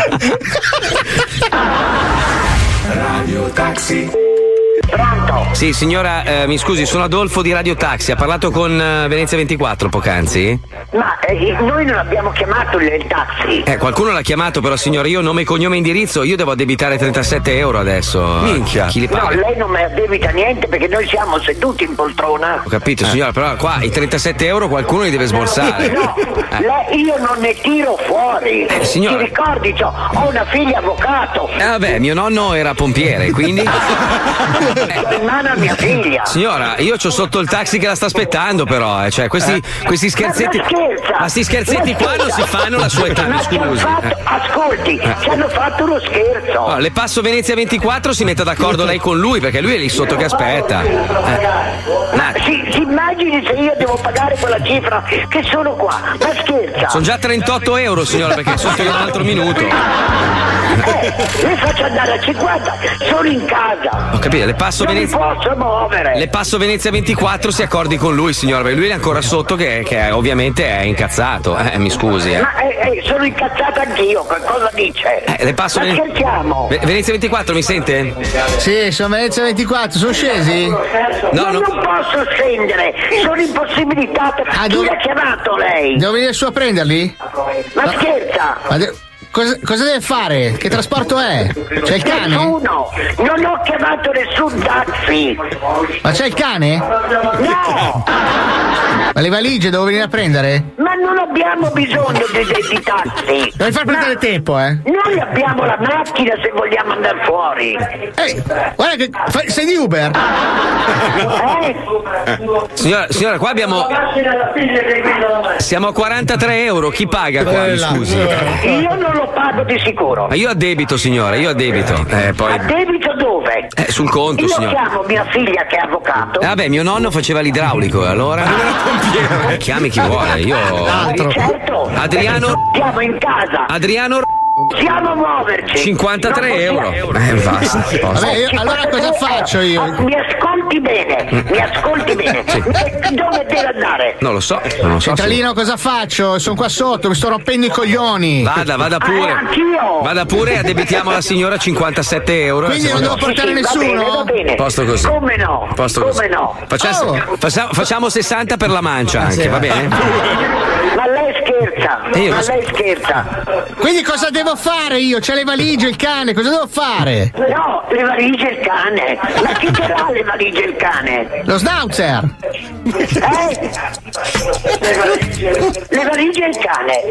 Radio Taxi. Pronto? Sì, signora, eh, mi scusi, sono Adolfo di Radio Taxi. Ha parlato con eh, Venezia ventiquattro poc'anzi? Ma eh, noi non abbiamo chiamato il, il taxi. Eh, qualcuno l'ha chiamato, però, signore, io nome, cognome e indirizzo, io devo addebitare trentasette euro adesso. Minchia. Chi li No, paga? lei non mi addebita niente perché noi siamo seduti in poltrona. Ho capito, signora, però qua i trentasette euro qualcuno li deve sborsare. No, Eh. lei- io non ne tiro fuori. Eh, signora. Ti ricordi, c'ho- ho una figlia avvocato. Eh, vabbè, mio nonno era pompiere, quindi. Sto in mano a mia figlia. Signora, io c'ho sotto il taxi che la sta aspettando, però, eh, cioè, questi, questi scherzetti. Ma scherza! Ma sti scherzetti Ma qua non si scherza! fanno la sua età, mi Ma ci hanno scusi. fatto- Eh. Ascolti, Eh. ci hanno fatto uno scherzo. Oh, le passo Venezia ventiquattro, si metta d'accordo lei con lui, perché lui è lì sotto che aspetta. Eh. Ma si, si immagini se io devo pagare quella cifra che sono qua. Ma scherza! Sono già trentotto euro, signora, perché sotto di un altro minuto. Eh, le faccio andare a cinquanta, sono in casa. Ho capito, le passo Non mi Venezia. posso muovere. Le passo Venezia ventiquattro, si accordi con lui, signora, perché lui è ancora sotto che, che ovviamente è incazzato. Eh, mi scusi, eh. Ma eh, eh, sono incazzata anch'io, che cosa dice? Eh, le passo Ma Vene- scherziamo? Ve- Venezia ventiquattro, mi sente? Sì, sono Venezia ventiquattro, sono scesi? No, no. non posso scendere, sono impossibilitato. Ah, Chi dove- l'ha chiamato lei? Devo venire su a prenderli? Ma No. scherza? Ma de- cosa, cosa deve fare? Che trasporto è? C'è il cane? Nessuno, non ho chiamato nessun taxi. Ma c'è il cane? No, Ma le valigie devo venire a prendere? ma non abbiamo bisogno di, di, di taxi. Devi far prendere tempo, eh? Noi abbiamo la macchina se vogliamo andare fuori. Ehi, guarda che. fa- sei di Uber? Eh? Signora, signora, qua abbiamo. Siamo a quarantatré euro, chi paga qua, mi scusi? Io non lo pago di sicuro. Ma io a debito, signora, io a debito. Eh, A poi. debito dove? Eh, sul conto, Io signora. chiamo mia figlia che è avvocato. Eh, vabbè, mio nonno faceva l'idraulico, allora. Chiami chi vuole, io. Certo. Adriano. Siamo in casa. Adriano. Possiamo muoverci. cinquantatré Non euro. possiamo- Eh, basta. posso. Vabbè, io- allora cosa faccio io? Ah, Mi ascolti bene, mi ascolti bene. Sì. Dove deve andare? Non lo so, non lo so. Centralino, cosa faccio? Sono qua sotto, mi sto rompendo i coglioni. Vada, vada Ah, pure. anch'io. Vada pure e addebitiamo alla signora cinquantasette euro. Quindi Se non devo voglio- portare Sì, sì, va nessuno? bene, va bene. Posto così. Come no? Posto Come così. no? Facciamo, Oh. facciamo, facciamo sessanta per la mancia anche, va bene? Ma lei scherza, Eh, io ma lo so. lei scherza. Quindi cosa devo fare io? C'è le valigie, il cane, cosa devo fare? No, le valigie e il cane. Ma chi ce l'ha le valigie e il cane? Lo schnauzer! Eh? Le valigie e il cane.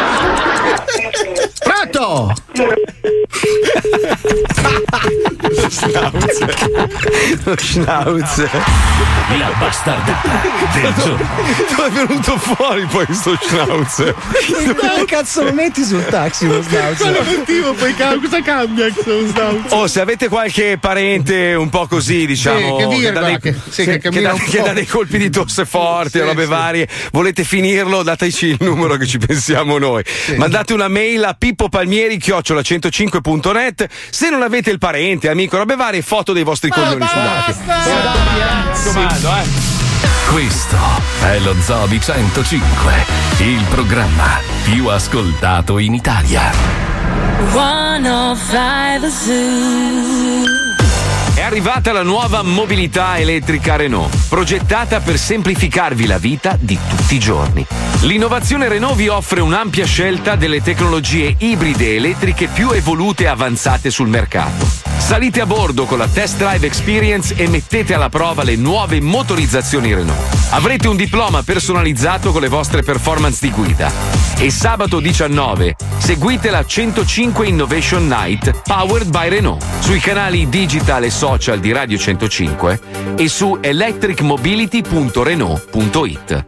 Pronto! schnauzer. Lo schnauzer. La bastardata del giorno. Dove è venuto fuori poi sto schnauzer? Che cazzo lo metti sul taxi lo schnauzer? Quale motivo poi cam- cosa cambia lo schnauzer? Oh, se avete qualche parente un po' così, diciamo, Sì, che virgola, dà dei, che- sì, sì, che che cammina dà- un che po'. dà dei colpi di tosse forti, Sì, robe sì. varie, volete finirlo, dateci il numero che ci pensiamo noi. Mandate una mail a pippopalmieri chiocciola centocinque punto net. Se non avete il parente, amico, robe varie, foto dei vostri coglioni sudati. Mi raccomando, eh. Questo è lo Zoo di centocinque, il programma più ascoltato in Italia. centocinque Zoo. È arrivata la nuova mobilità elettrica Renault, progettata per semplificarvi la vita di tutti i giorni. L'innovazione Renault vi offre un'ampia scelta delle tecnologie ibride elettriche più evolute e avanzate sul mercato. Salite a bordo con la Test Drive Experience e mettete alla prova le nuove motorizzazioni Renault. Avrete un diploma personalizzato con le vostre performance di guida. E sabato diciannove seguite la centocinque Innovation Night powered by Renault sui canali digital e social di Radio centocinque e su electric mobility punto renault punto it.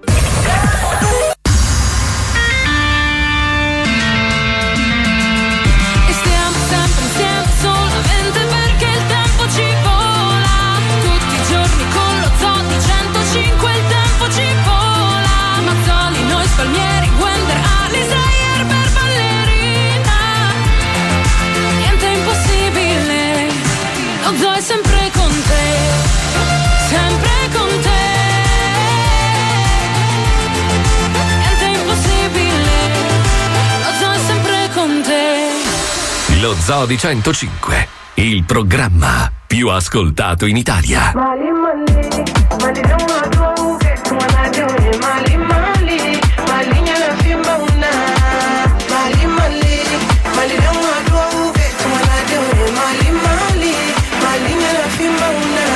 E stiamo sempre insieme solamente perché il tempo ci vola. Tutti i giorni con lo Zoo di centocinque il tempo ci vola. Mazzoli, noi spalmieri, Wender, Alisa, Erber, ballerina. Niente è impossibile, lo Zoo è sempre con te, sempre con te. Niente è impossibile, lo Zoo è sempre con te. Lo Zoo di centocinque, il programma più ascoltato in Italia. Mali mali, mali don't want to get when I do it. Mali mali, mali nyala fimba una. Mali mali, mali don't want to get when I do it. Mali mali, mali nyala fimba una.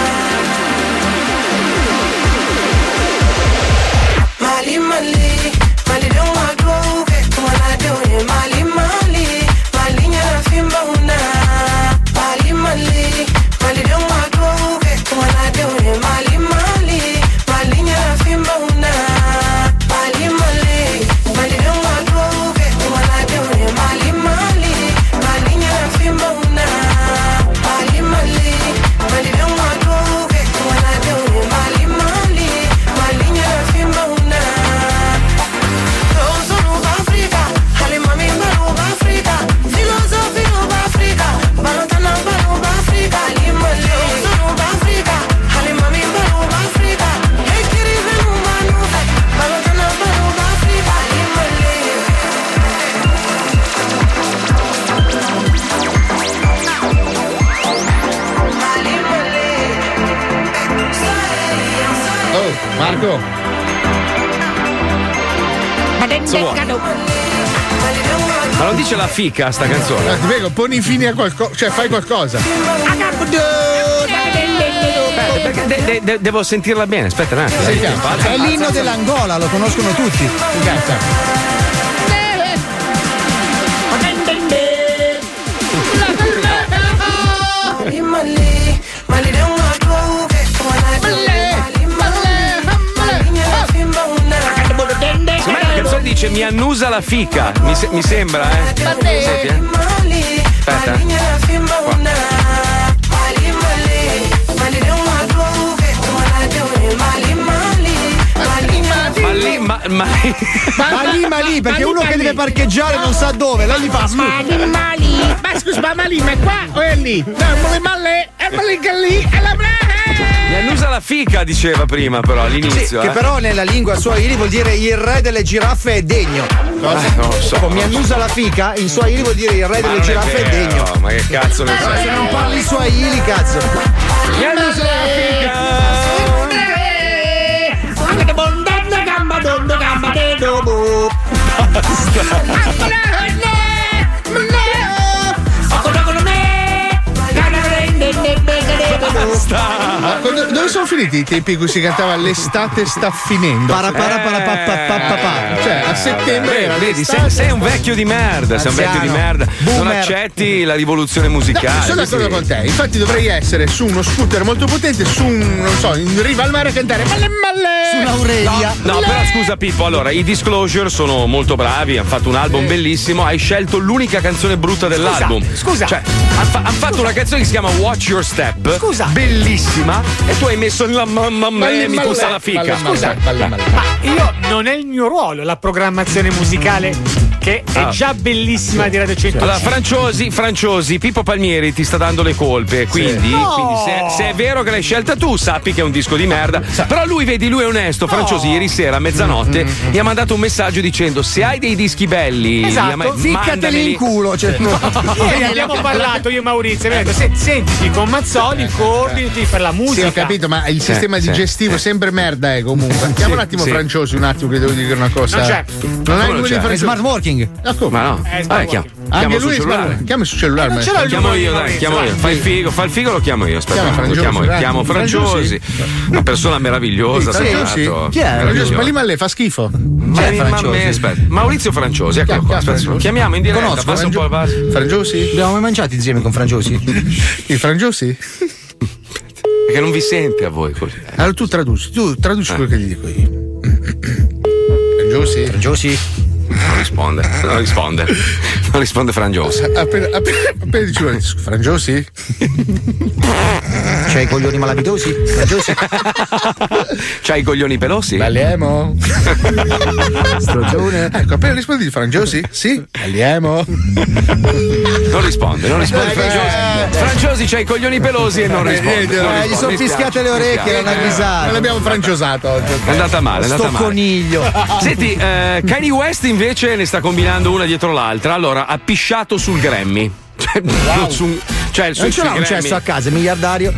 Mali mali, mali don't want to get when I do it. Mali mali, mali nyala fimba una. Mali mali, mali don't want to get when I do it. Mali mali, mali nyala fimba una. Mali mali, mali don't want to get when I do it. Mali mali, mali nyala fimba una. Mali mali, mali don't want to get when I do it. Mali mali, mali nyala fimba una. Roso ruba Africa, alle mami ruba Africa. Filosofi ruba Africa, balotana ruba Africa. Limali, roso ruba Africa, alle mami ruba Africa. E chi rive ruba nuove, balotana ruba Africa. Limali. Oh, Marco. Cosa vuoi? Ma non dice la fica sta canzone? Eh, ti prego, poni fine a qualcosa, cioè fai qualcosa. Aspetta, perché de- de- de- devo sentirla bene, aspetta un attimo. Sì, Dai, chiaro. alza- È l'inno alza- dell'Angola, lo conoscono tutti. Mali mali, mali don't want to get when I do it. Mali mali, mali nyala fimba una. Secondo me la canzone dice mi annusa la fica. Mi, se- mi sembra, eh. Senti, eh. Mali, Aspetta. mali nyala fimba una. Mali mali, mali don't want to get when I do it. Mali mali, mali nyala Ma lì, ma, ma... Ma lì, ma lì, perché uno che deve parcheggiare non sa dove, là gli fa scusa. Mali, mali. Ma scusa, ma Mali, ma è qua o è lì? No, ma male, è lì che lì, è la Mi annusa la fica, diceva prima, però all'inizio. Sì, eh. che però nella lingua Swahili vuol dire il re delle giraffe è degno. Cosa? Non lo so. Tipo, mi annusa la fica, in Swahili vuol dire il re Ma delle non è giraffe è, vero, degno. Ma che cazzo ne Se sai? non parli Swahili, cazzo. Mi annusa la fica. Ma quando- dove sono finiti i tempi in cui si cantava l'estate sta finendo? Para para para pa pa pa pa pa. Cioè, settembre eh, era vedi, sei, l'estate. sei un vecchio di merda, sei un vecchio di merda. Non Boomer. accetti la rivoluzione musicale. No, sono d'accordo sì. con te. Infatti dovrei essere su uno scooter molto potente, su un, non so, in riva al mare a cantare Malle Malle su un'Aurelia. No, no, però scusa Pippo, allora i Disclosure sono molto bravi, hanno fatto un album Sì. bellissimo, hai scelto l'unica canzone brutta dell'album. scusa. Cioè, hanno fa- han fatto una canzone che si chiama Watch Your Step. Scusa. Bellissima. E tu hai messo la mamma Malle, me, mi malle, puzza la fica. malle, Scusa. malle, malle, malle. Ma io non è il mio ruolo la programmazione musicale che è Ah. già bellissima di Radio cento. Allora, Franciosi, Franciosi, Pippo Palmieri ti sta dando le colpe. Quindi, No. quindi se, se è vero che l'hai scelta tu, sappi che è un disco di merda. Però lui, vedi, lui è onesto. Franciosi, ieri sera a mezzanotte mi ha mandato un messaggio dicendo: se hai dei dischi belli, Esatto, ma- Ficcateli mandameli. in culo. Cioè, no. Ieri abbiamo parlato io e Maurizio, mi ha detto "Se- sentiti con Mazzoli, coordinati per la Sì, musica. ho capito, ma il sistema sì. digestivo sempre merda è comunque. Chiama un attimo sì. Franciosi un attimo che devo dire una cosa. Non c'è. Non hai non numero di c'è? È Franciosi? smart working. Ah, come? Ma no, Eh, Vabbè, chiamo, Anche chiamo lui sul è cellulare. smart. Chiama sul cellulare. Eh, non ma- ce l'ho il Chiamo numero io, di dai, Maurizio, chiamo io. vai. Fai il figo, fa il figo, lo chiamo io. Aspetta, Chiama lo chiamo io. Franciosi, Chiamo dai. Franciosi, una persona meravigliosa. Sì, Franciosi? tra l'altro. Chi è? Franciosi, ma lì ma lei fa schifo. Ma, Chi è ma Franciosi? me- aspetta, Maurizio Franciosi, eccolo qua. Chiama Aspetta, lo Franciosi. chiamiamo in diretta. Conosco, Passa un po' il vaso. Franciosi? Abbiamo mai mangiato insieme con Franciosi? Il Franciosi? Perché non vi sente a voi così. Allora tu traduci, tu traduci quello che gli dico io. Franciosi? Franciosi? Non risponde, non risponde. Non risponde Frangiosi. Appena, appena, appena dicevo, Frangiosi? C'hai i coglioni malavitosi? Franciosi? C'hai i coglioni pelosi? Balliamo? Stronzone. Ecco, appena rispondi di Frangiosi? Sì? Balliamo? Non risponde, non risponde Eh, Frangiosi. eh. Frangiosi c'ha i coglioni pelosi e non Eh, risponde. niente, Non non Eh, risponde. gli sono Mi spiace, fischiate le mi orecchie, spiace. l'hanno avvisato. Non l'abbiamo franciosato oggi. È andata male, è andata Sto male. coniglio. Senti, eh, Kanye West invece ne sta combinando una dietro l'altra. Allora, ha pisciato sul Grammy. Cioè, su- cioè, Non ce sui l'ha un Grammy. cesso a casa, miliardario.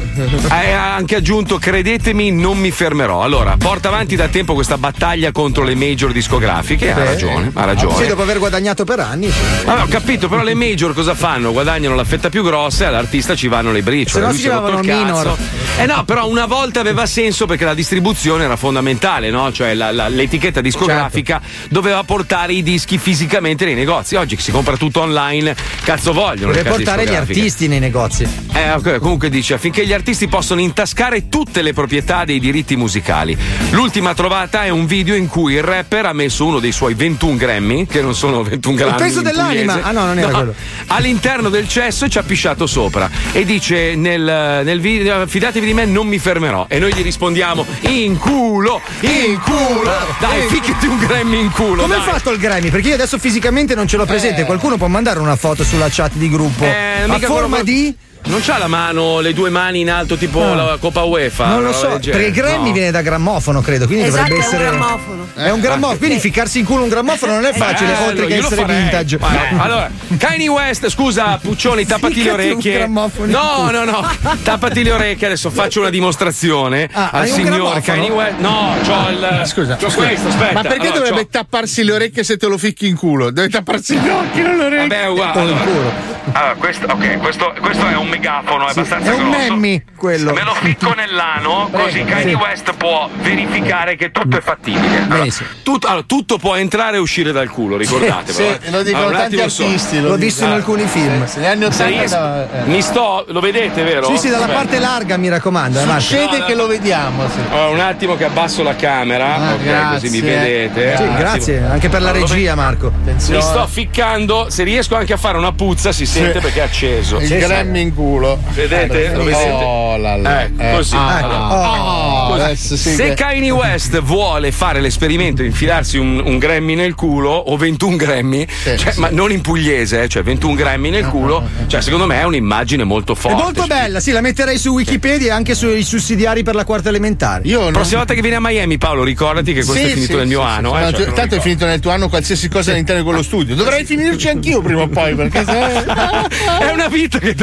Ha anche aggiunto: credetemi, non mi fermerò. Allora, porta avanti da tempo questa battaglia contro le major discografiche. Ha Beh. ragione, ha ragione. Sì, dopo aver guadagnato per anni. Vabbè, ho capito, però le major cosa fanno? Guadagnano la fetta più grossa e all'artista ci vanno le briciole. Se no Lui si si è rotto il chiamavano cazzo. minor. Eh no, però una volta aveva senso perché la distribuzione era fondamentale, no? Cioè la- la- l'etichetta discografica doveva portare i dischi fisicamente nei negozi. Oggi che si compra tutto online, cazzo vogliono. Deve le case portare gli discografiche. artisti nei negozi. Eh, ok, comunque dice affinché gli artisti possano intascare tutte le proprietà dei diritti musicali. L'ultima trovata è un video in cui il rapper ha messo uno dei suoi ventuno Grammy, che non sono ventuno Il grammi. peso in dell'anima. pugliese. Ah, no, non era quello. All'interno del cesso e ci ha pisciato sopra. E dice nel, nel video: fidatevi di me, non mi fermerò. E noi gli rispondiamo: in culo, in culo. Dai, ficcati un Grammy in culo. Come dai. hai fatto il Grammy? Perché io adesso fisicamente non ce l'ho presente. Qualcuno può mandare una foto sulla chat di gruppo Eh, a mica forma quello- di. Non c'ha la mano, le due mani in alto, tipo No. la Coppa UEFA? Non lo una so, roba del genere? perché il Grammy No. viene da grammofono, credo, quindi Esatto, dovrebbe è un essere. grammofono. È un grammofono, quindi ficcarsi in culo un grammofono non è facile, Bello, oltre che io lo essere farei. vintage. Vai, allora, Kanye West, scusa, Puccioni, tappati le Ficcati un orecchie. grammofono in No, culo. no, no, tappati le orecchie, adesso faccio una dimostrazione Ah, al hai un signor grammofono? Kanye West. No, c'ho il. Scusa, c'ho scusa. questo, aspetta. Ma perché allora, dovrebbe c'ho- tapparsi le orecchie se te lo ficchi in culo? Deve tapparsi gli occhi, non le orecchie. Vabbè, uguale. Allora, allora, questo, ok, questo, questo è un megafono, è abbastanza È un grosso. memmi quello. Me lo ficco nell'ano, così Kanye West può verificare che tutto è fattibile. Allora, Benissimo. tutto, allora, tutto può entrare e uscire dal culo, ricordatevelo. Sì, lo dicono Allora, un tanti attimo solo. artisti. L'ho lo visto in dicono. alcuni film. Sì, negli anni Se ottanta riesco- da- eh. mi sto, lo vedete, vero? Sì, sì, dalla Aspetta. parte larga, mi raccomando. eh, Marco. Succede No, che no. lo vediamo. Sì. Allora, un attimo che abbasso la camera, Ah, ok, grazie. così mi vedete. Sì, Un grazie, attimo. anche per la Allora, lo regia, Marco. Mi sto ficcando, se riesco anche a fare una puzza si sente perché è acceso. Il Grammy in culo. Vedete? Lo vedete? Oh, la, la. Ecco, Eh, così. ah, Allora, oh, così. adesso sì Se che- Kanye West vuole fare l'esperimento di infilarsi un, un Grammy nel culo o ventuno Grammy, cioè, ma non in pugliese, eh, cioè ventuno Grammy nel culo, cioè secondo me è un'immagine molto È forte. molto bella, sì, la metterei su Wikipedia e anche sui sussidiari per la quarta elementare. Io non- Prossima volta che vieni a Miami, Paolo, ricordati che questo Sì, è finito sì, nel mio sì, anno. sì. eh, No, cioè, tu- te lo tanto è ricordo. finito nel tuo anno qualsiasi cosa all'interno di quello studio. Dovrei finirci anch'io prima o poi perché se... È una vita che te lo chiedo. Sì,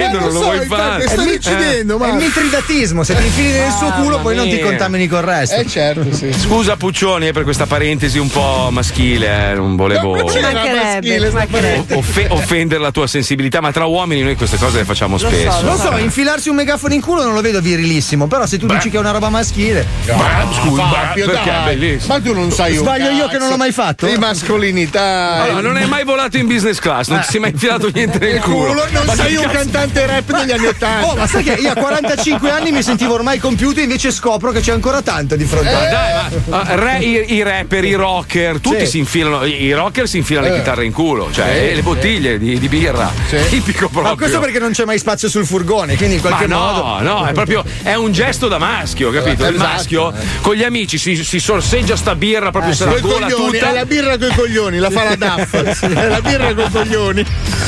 uccidendo, Eh, non lo lo so, vuoi infatti, fare. sto È mi- uccidendo, È ma- il mitridatismo, se ti infili nel suo culo poi non ti mia. contamini col resto. Eh certo, sì. Scusa Puccioni eh, per questa parentesi un po' maschile, eh, non volevo Non c'era mancherebbe, maschile, sta mancherebbe. offe- offendere la tua sensibilità, ma tra uomini noi queste cose le facciamo so, spesso. Lo so, infilarsi un megafono in culo non lo vedo virilissimo, però se tu dici che è una roba maschile. Beh, scusa, Fabio, perché dai. è bellissimo. Ma tu non sai un Sbaglio io cazzo che non l'ho mai fatto? Di mascolinità. Allora, non hai mai volato in business class, non ti sei mai infilato niente nel Il culo. culo, non Ma sei che un cazzo- cantante rap degli anni ottanta. Oh, ma sai che io a quarantacinque anni mi sentivo ormai compiuto, invece scopro che c'è ancora tanto di fronte a Ma me. dai, ma uh, re- i, i rapper, i rocker, tutti Sì. si infilano. I i rocker si infilano le Eh. chitarre in culo, cioè Sì, e le bottiglie di, di birra. Sì. Tipico proprio. Ma questo perché non c'è mai spazio sul furgone, quindi in qualche Ma no, modo. no, è proprio è un gesto da maschio, capito? Il Esatto. maschio con gli amici si, si sorseggia sta birra proprio Eh, se la coi gola coglioni, tutta. è la birra coi coglioni, la fa la D A F. È la birra coi coglioni.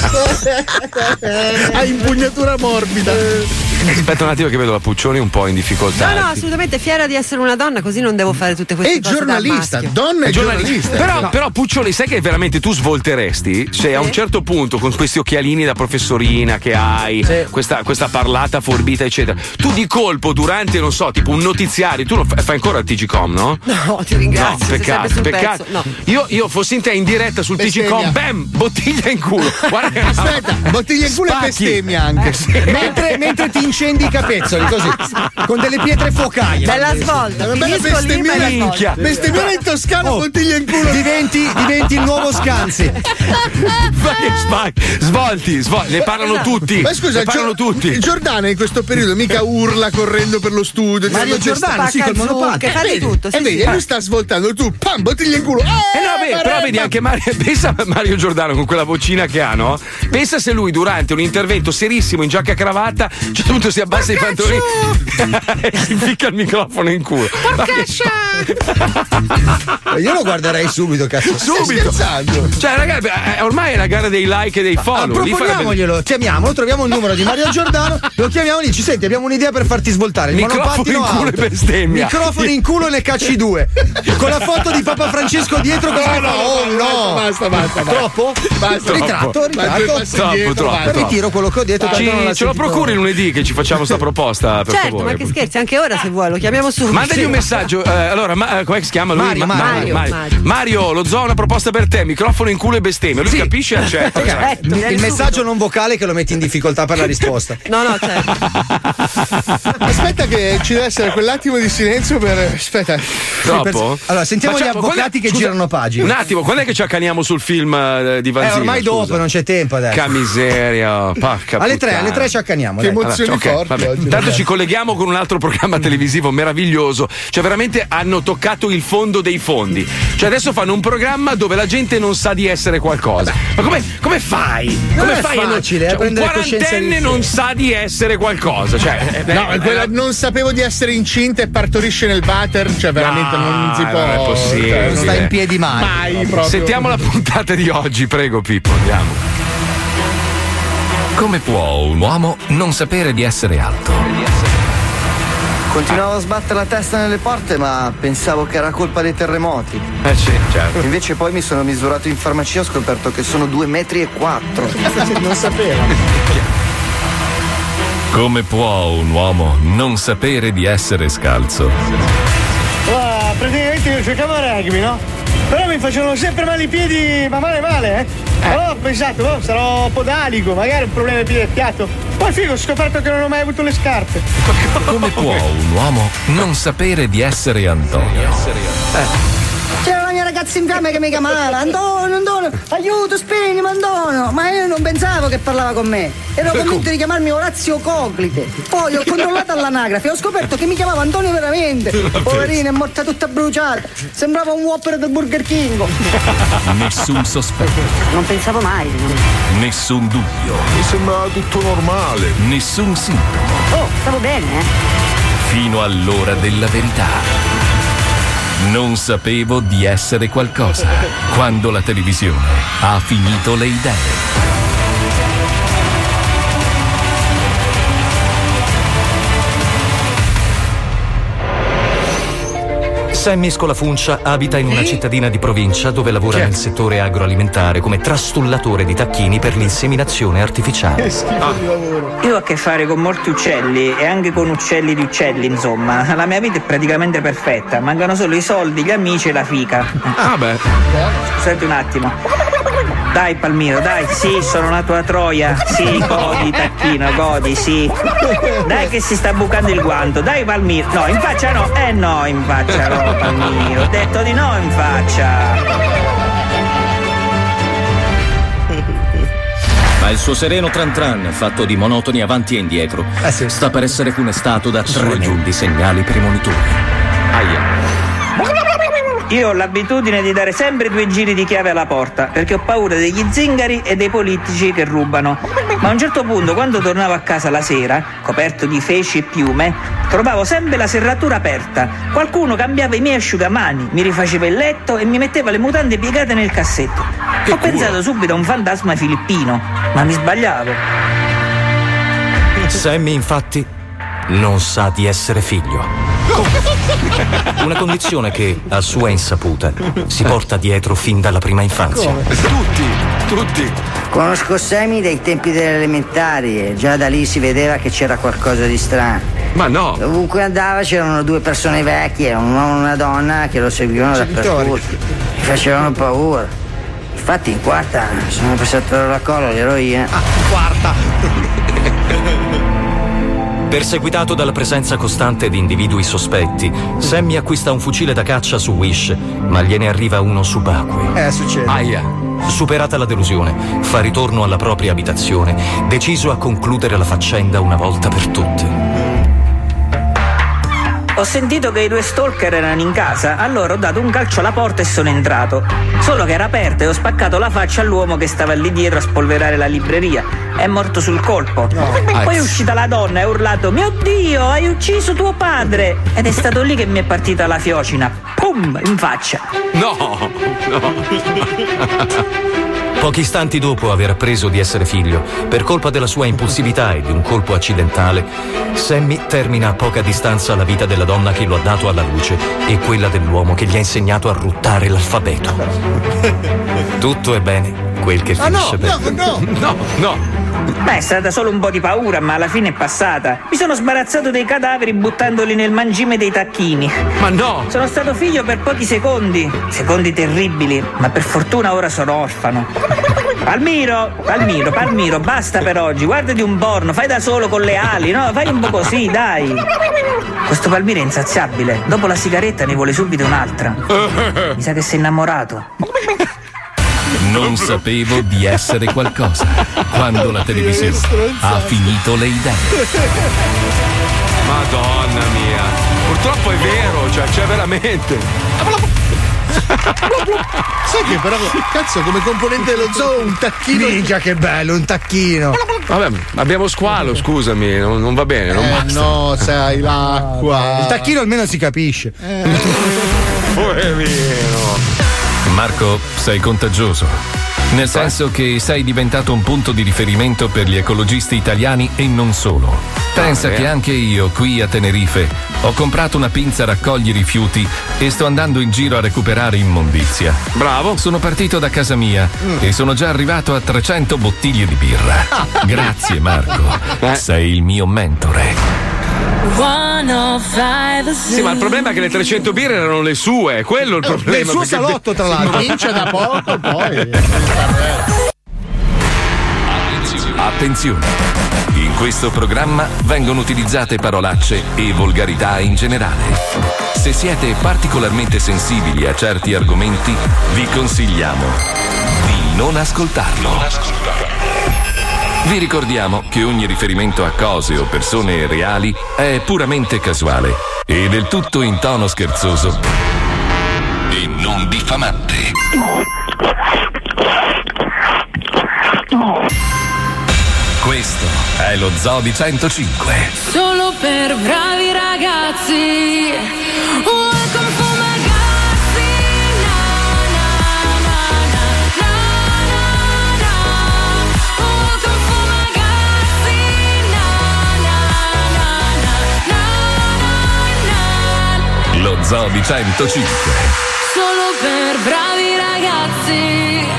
Ha impugnatura morbida. Aspetta un attimo che vedo la Puccioni un po' in difficoltà. No, no, assolutamente fiera di essere una donna, così non devo fare tutte queste E cose. da giornalista, maschio. donna e giornalista. Però, No. però Puccioli, sai che veramente tu svolteresti? Se a un certo punto, con questi occhialini da professorina che hai, questa, questa parlata forbita, eccetera, tu di colpo durante, non so, tipo un notiziario, tu lo fai, fai ancora il T G Com, no? No, ti ringrazio. No, sei peccato, sempre sul peccato. pezzo. No. Io, io fossi in te in diretta sul T G Com, Bestemmia. bam, bottiglia in culo. Guarda che Aspetta, bottiglia in culo e Spacchi. bestemmia anche. Mentre, mentre ti incendi i capezzoli, così, con delle pietre focaie. Bella svolta. Una bella Finisco lì, bella bestemmiera, svolta. bestemmiera in Toscana, Oh, bottiglia in culo. Diventi, diventi il nuovo Scanzi. Vai, spacchi. Svolti, svolti, ne parlano Esatto. tutti. Ma scusa, ne parlano Gio- tutti. Giordana in questo periodo mica urla correndo per lo studio. Mario dicendo, Giordano, sì, col Spacca monopattino. zucche, fa di vedi, tutto. Sì, e vedi, sì. lui sta svoltando, tu, pam, bottiglia in culo. Eh no, beh, però vedi anche Mario, pensa a Mario Giordano con quella vocina che ha, no? Pensa se lui durante un intervento serissimo in giacca e cravatta, a un certo punto si abbassa i pantaloni e si ficca il microfono in culo. Io lo guarderei subito, cazzo. Subito. Cioè, ragazzi, eh, ormai è la gara dei like e dei follow. Lì farebbe- Proponiamoglielo, chiamiamolo, troviamo il numero di Mario Giordano, lo chiamiamo e dici: senti, abbiamo un'idea per farti svoltare. Il Microfono monopattino in culo auto. e bestemmia. Microfono in culo e ne cacci due. Con la foto di Papa Francesco dietro. No, così- no, oh no! basta, basta, basta. Troppo? Basta, Ritratto, troppo. ritratto. Vai, due passi Troppo, indietro, troppo, vai. troppo. Ritiro quello che ho detto. tanto non Ci, l'ha ce lo sentito. procuri lunedì che ci facciamo sta proposta, per Certo, favore. ma che scherzi, anche ora se vuoi, lo chiamiamo subito. Mandagli un messaggio. eh, allora, ma, eh, com'è che si chiama lui? Mario, Ma- Mario, Mario, Mario. Mario, lo zoo ha una proposta per te: microfono in culo e bestemmia. Lui Sì. capisce e accetta. Certo, sai. Il, vieni il subito. messaggio non vocale che lo metti in difficoltà per la risposta. No, no, certo. Aspetta che ci deve essere quell'attimo di silenzio per... Aspetta. Troppo? Allora, sentiamo Facciamo- gli avvocati quando è- che scusa, girano pagine. Un attimo, quando è che ci accaniamo sul film eh, di Eh, Vanzina? ormai scusa? dopo, non c'è tempo adesso. Che miseria, porca Alle tre, puttana. alle tre ci accaniamo. Che dai. emozioni Ok, forti vabbè. oggi. Intanto ci colleghiamo con un altro programma televisivo meraviglioso. Cioè, veramente hanno toccato il fondo dei fondi. Cioè, adesso fanno un programma dove la gente non sa di essere qualcosa. Ma come, come fai? Non Come è fai a non- facile, eh, cioè, un prendere coscienza quarantenne di- non sa di essere qualcosa. Cioè, eh, No, eh, quella- eh, non sapevo di essere incinta e partorisce nel water, cioè veramente No, non si può. non è possibile. cioè, Non sta in piedi mai. Mai proprio. Sentiamo la puntata di oggi, prego Pippo, andiamo. Come può un uomo non sapere di essere alto? Continuavo a sbattere la testa nelle porte, ma pensavo che era colpa dei terremoti. Eh sì, certo. Invece poi mi sono misurato in farmacia e ho scoperto che sono due metri e quattro. Non sapevo. Come può un uomo non sapere di essere scalzo? Ah, praticamente io giocavo a rugby, no? Però mi facevano sempre male i piedi, ma male male, eh? Allora ho pensato, oh, sarò podalico, magari un problema di piede e piatto. Poi figo, ho scoperto che non ho mai avuto le scarpe. Come può un uomo non sapere di essere Antonio? C'era la mia ragazza in fiamme che mi chiamava Antonio, Antonio, aiuto, spegnimi Antonio. Ma io non pensavo che parlava con me. Ero convinto di chiamarmi Orazio Coclite. Poi ho controllato all'anagrafe e ho scoperto che mi chiamava Antonio veramente. Poverina, è morta tutta bruciata. Sembrava un Whopper del Burger King. Nessun sospetto, Non pensavo mai. nessun dubbio, Mi sembrava tutto normale. nessun sintomo, Oh, stavo bene, eh? fino all'ora della verità. Non sapevo di essere qualcosa quando la televisione ha finito le idee. Sammy Scolafuncia abita in una cittadina di provincia dove lavora nel settore agroalimentare come trastullatore di tacchini per l'inseminazione artificiale. Ah. Io ho a che fare con molti uccelli e anche con uccelli di uccelli, insomma. La mia vita è praticamente perfetta, mancano solo i soldi, gli amici e la fica. Ah beh. Scusate un attimo. Dai Palmiro, dai, sì, sono la tua troia. Sì, godi, tacchino, godi, sì. Dai che si sta bucando il guanto, dai Palmiro. No, in faccia no, eh no, in faccia no, Palmiro. Ho detto di no in faccia. Ma il suo sereno tran tran, fatto di monotoni avanti e indietro, eh sì. sta per essere funestato da tremendi segnali premonitori. Aia. Io ho l'abitudine di dare sempre due giri di chiave alla porta, perché ho paura degli zingari e dei politici che rubano. Ma a un certo punto, quando tornavo a casa la sera, coperto di feci e piume, trovavo sempre la serratura aperta. Qualcuno cambiava i miei asciugamani, mi rifaceva il letto e mi metteva le mutande piegate nel cassetto. Che ho culo. pensato subito a un fantasma filippino, ma mi sbagliavo. Sammy, infatti, non sa di essere figlio. Una condizione che, a sua insaputa, si porta dietro fin dalla prima infanzia. Tutti, tutti. Conosco Sammy dai tempi delle elementari e già da lì si vedeva che c'era qualcosa di strano. Ma no. Dovunque andava c'erano due persone vecchie, un uomo e una donna, che lo seguivano dappertutto. Mi facevano paura. Infatti in quarta sono passato dalla colla l'eroina. Ah, in quarta. Perseguitato dalla presenza costante di individui sospetti, Sammy acquista un fucile da caccia su Wish, ma gliene arriva uno subacqueo. Eh, succede. Aia. Superata la delusione, fa ritorno alla propria abitazione, deciso a concludere la faccenda una volta per tutte. Ho sentito che i due stalker erano in casa, allora ho dato un calcio alla porta e sono entrato. Solo che era aperta e ho spaccato la faccia all'uomo che stava lì dietro a spolverare la libreria. È morto sul colpo. No. Poi è uscita la donna e ha urlato: mio Dio, hai ucciso tuo padre! Ed è stato lì che mi è partita la fiocina. Pum! In faccia. No, no. Pochi istanti dopo aver appreso di essere figlio, per colpa della sua impulsività e di un colpo accidentale, Sammy termina a poca distanza la vita della donna che lo ha dato alla luce e quella dell'uomo che gli ha insegnato a ruttare l'alfabeto. Tutto è bene quel che finisce ah, no, bene. No, no, no, no. Beh, è stata solo un po' di paura, ma alla fine è passata. Mi sono sbarazzato dei cadaveri buttandoli nel mangime dei tacchini. Ma no! Sono stato figlio per pochi secondi. Secondi terribili, ma per fortuna ora sono orfano. Palmiro, Palmiro, Palmiro, basta per oggi. Guardati un porno, fai da solo con le ali, no? Fai un po' così, dai. Questo Palmiro è insaziabile. Dopo la sigaretta ne vuole subito un'altra. Mi sa che sei innamorato. Non sapevo di essere qualcosa quando la televisione ha finito le idee. Madonna mia, purtroppo è vero, cioè c'è veramente. Sai che però, cazzo, come componente dello zoo un tacchino. Minchia che bello, un tacchino. Vabbè, abbiamo squalo, scusami, non, non va bene, non eh, basta. No, sai, l'acqua. Il tacchino almeno si capisce. Eh. Poverino. Marco, sei contagioso. Nel senso che sei diventato un punto di riferimento per gli ecologisti italiani e non solo. Pensa che anche io, qui a Tenerife, ho comprato una pinza raccogli rifiuti e sto andando in giro a recuperare immondizia. Bravo. Sono partito da casa mia mm. e sono già arrivato a trecento bottiglie di birra. Grazie Marco, eh. sei il mio mentore. Sì, ma il problema è che le trecento birre erano le sue, quello è il problema. Nel suo salotto, tra l'altro. Comincia da poco, poi. Attenzione! In questo programma vengono utilizzate parolacce e volgarità in generale. Se siete particolarmente sensibili a certi argomenti, vi consigliamo di non ascoltarlo. Vi ricordiamo che ogni riferimento a cose o persone reali è puramente casuale e del tutto in tono scherzoso e non diffamante. Questo è lo Zoo di centocinque. Solo per bravi ragazzi. Welcome for my ragazzi. Na na na na na na na. Welcome for my ragazzi. Na na na na na na na. Lo Zobi centocinque. Solo per bravi ragazzi.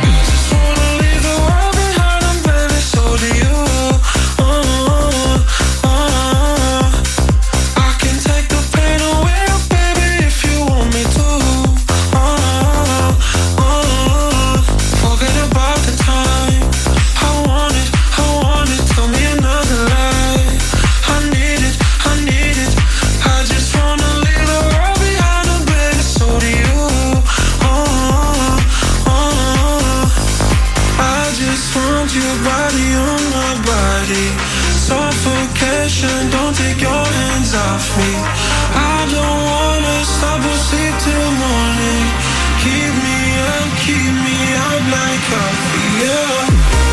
Don't take your hands off me. I don't wanna stop or sleep till morning. Keep me up, keep me up like coffee, yeah.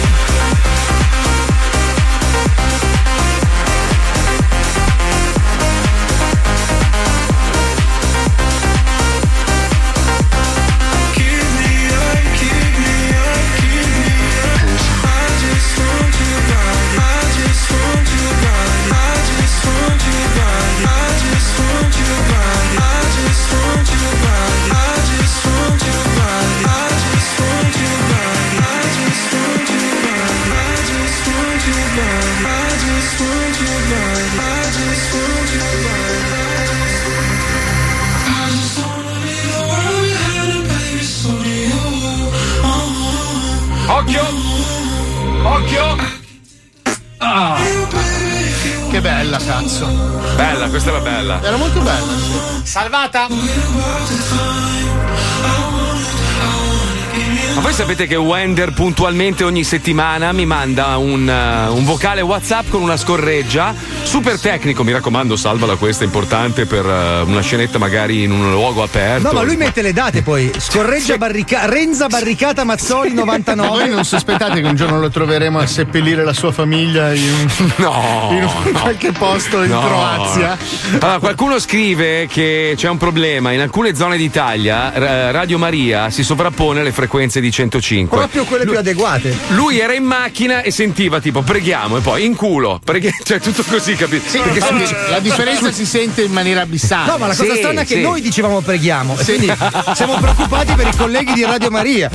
Occhio! Occhio! Ah. Che bella, cazzo. Bella, questa era bella. Era molto bella. Salvata! Ma voi sapete che Wender puntualmente ogni settimana mi manda un, uh, un vocale WhatsApp con una scorreggia super tecnico, mi raccomando, salvala, questa è importante per uh, una scenetta magari in un luogo aperto. No, ma lui mette le date poi. Scorreggia barrica- Renza Barricata Mazzoli novantanove. Ma voi non sospettate che un giorno lo troveremo a seppellire la sua famiglia in, no, in un, no. qualche posto in No. Croazia? Allora, qualcuno scrive che c'è un problema. In alcune zone d'Italia R- Radio Maria si sovrappone alle frequenze di centocinque. Proprio quelle più adeguate. Lui era in macchina e sentiva tipo preghiamo e poi in culo, preghi- cioè tutto così, capito? Sì, Perché allora, su- la differenza si sente in maniera abissale. No, ma la cosa Sì, strana è che sì. noi dicevamo preghiamo. E Sì. quindi siamo preoccupati per i colleghi di Radio Maria.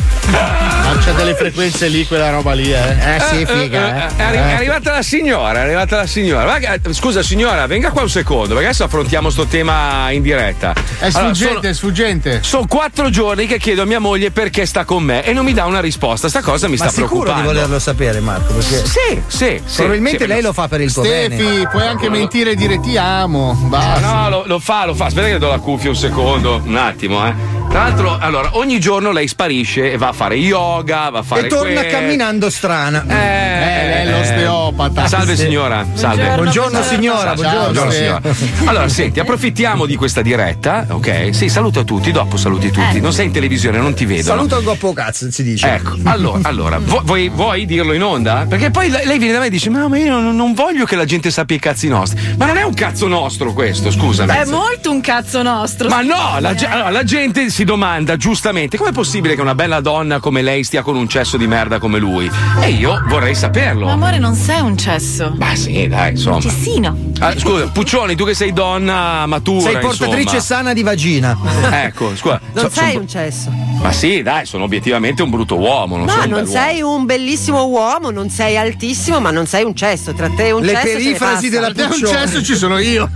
Ma c'è delle frequenze lì, quella roba lì, eh. Eh sì, figa, eh. È, arri- è arrivata la signora, è arrivata la signora. Vaga- Scusa signora, venga qua un secondo, perché adesso affrontiamo sto tema in diretta. È sfuggente, è sfuggente. Sono quattro giorni che chiedo a mia moglie perché sta con me e non mi dà una risposta. Sta cosa mi Ma sta sicuro preoccupando. di volerlo sapere, Marco? Perché Sì, sì, sì. probabilmente sì, lei lo fa per il tuo bene. Stefi, puoi anche mentire e dire ti amo. Basta. No, lo, lo fa, lo fa. Aspetta che le do la cuffia un secondo, un attimo, eh. Tra l'altro, allora, ogni giorno lei sparisce e va a fare yoga, va a fare E torna que- camminando strana. Eh, Eh, lei è l'osteopata. Salve Sì. signora, salve. Buongiorno signora, buongiorno. Buongiorno, signora. Allora, senti, approfittiamo di questa diretta, ok? Sì, saluta tutti, dopo saluti tutti. Non sei in televisione, non ti vedono. Saluto al goppo cazzo, si dice. Ecco, allora, allora vu- vuoi, vuoi dirlo in onda? Perché poi lei lei viene da me e dice: Ma io non, non voglio che la gente sappia i cazzi nostri. Ma non è un cazzo nostro questo, scusami. È molto un cazzo nostro. Ma no, la, ge- allora, la gente si domanda giustamente com'è possibile che una bella donna come lei stia con un cesso di merda come lui? E io vorrei saperlo. Ma amore, non sei un cesso. Ma sì, dai, insomma. Cessino. Ah, scusa, Puccioni, tu che sei donna matura. Sei portatrice insomma. sana di vagina. Ecco, scusa. Non so- sei son- un cesso. Ma sì, dai, sono obiettivamente un brutto uomo. Non No, sono un non bel sei un bellissimo uomo, non sei altissimo, ma non sei un cesso. Tra te e un Le cesso. se ne perifrasi passa. della Te un Puccioni. cesso ci sono io.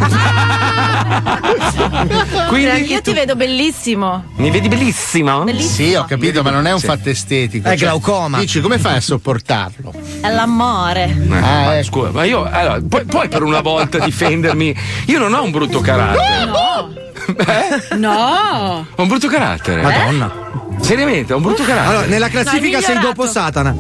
Quindi Io ti vedo bellissimo. mi vedi bellissimo? Bellissimo. Sì, ho capito, ma non è un Sì. fatto estetico. È glaucoma. Dici, come fai a sopportarlo? È l'amore. Eh, Ah, ma ecco. scusa, ma io allora, puoi, puoi per una volta difendermi? Io non ho un brutto carattere. No. Eh? No. Ho un brutto carattere. Madonna. Seriamente, ho un brutto carattere. Allora, nella classifica Dai, sei migliorato. dopo Satana.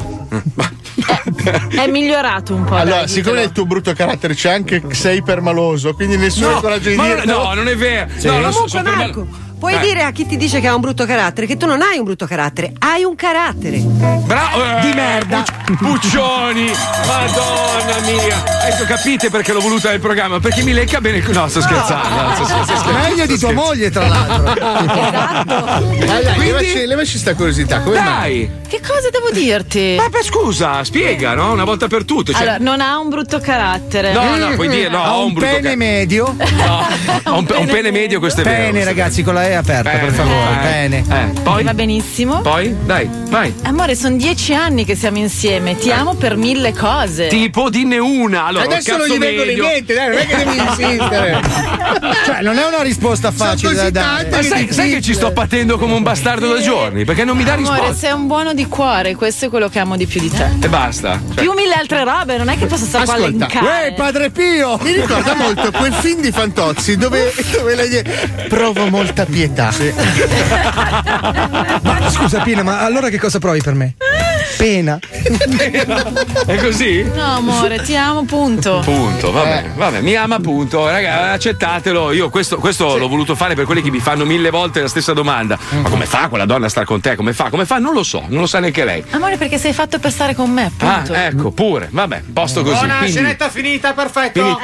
È migliorato un po'. Allora, dai, siccome ditelo. nel tuo brutto carattere c'è anche sei permaloso, quindi nessuno ha No, coraggio di ma non, dirlo. no, non è vero. Sì. No, non so, Comunque, sono per me- Marco, Puoi Dai. dire a chi ti dice che ha un brutto carattere che tu non hai un brutto carattere, hai un carattere. Bravo! eh, Di merda. Puc- Puccioni! Madonna mia! Adesso capite perché l'ho voluta nel programma? Perché mi lecca bene il. No, sto scherzando. No, sto scherzando. Meglio di tua moglie, tra l'altro. Dai, dai, levaci, levaci sta curiosità. Come mai? Dai! Che cosa devo dirti? Ma beh, scusa, spiega, no? Una volta per tutte. Cioè... Allora, non ha un brutto carattere. No, no, puoi dire, no, ha ho un, un brutto pene ca- medio. No, ho un, pe- un pene medio, questo è vero. Pene, questo è ragazzi, con la E aperta, Bene, per favore. eh, Pene. Eh, poi? Va benissimo. Poi? Dai, vai. Amore, sono dieci anni che siamo insieme. Ti amo per mille cose. Tipo, dinne una. Allora, Adesso un non cazzo gli vengono medio. niente, dai, non è che devi insistere. Cioè, non è una risposta facile da dare. Ma sai, sai che ci sto patendo come un bastardo da giorni? Perché non mi dà Amore, risposta. sei un buono di cuore, questo è quello che amo di più di te. E basta. Cioè, Più mille altre robe, non è che posso stare qua a Ascolta, elencare. Uè, Padre Pio! Mi ricorda molto quel film di Fantozzi dove, dove lei dice provo molta pietà. Ma scusa, Pina, ma allora che cosa provi per me? Pena. È così? No, amore, ti amo, punto. Punto, vabbè, vabbè, mi ama, punto. Raga, accettatelo. Io questo, questo l'ho voluto fare per quelli che mi fanno mille volte la stessa domanda. Ma come fa quella donna a star con te? Come fa? Come fa? Non lo so, non lo sa neanche lei. Amore, perché sei fatto per stare con me, Ah, punto. ecco, pure. Vabbè, posto così. Buona Quindi- scenetta finita, perfetto. Quindi-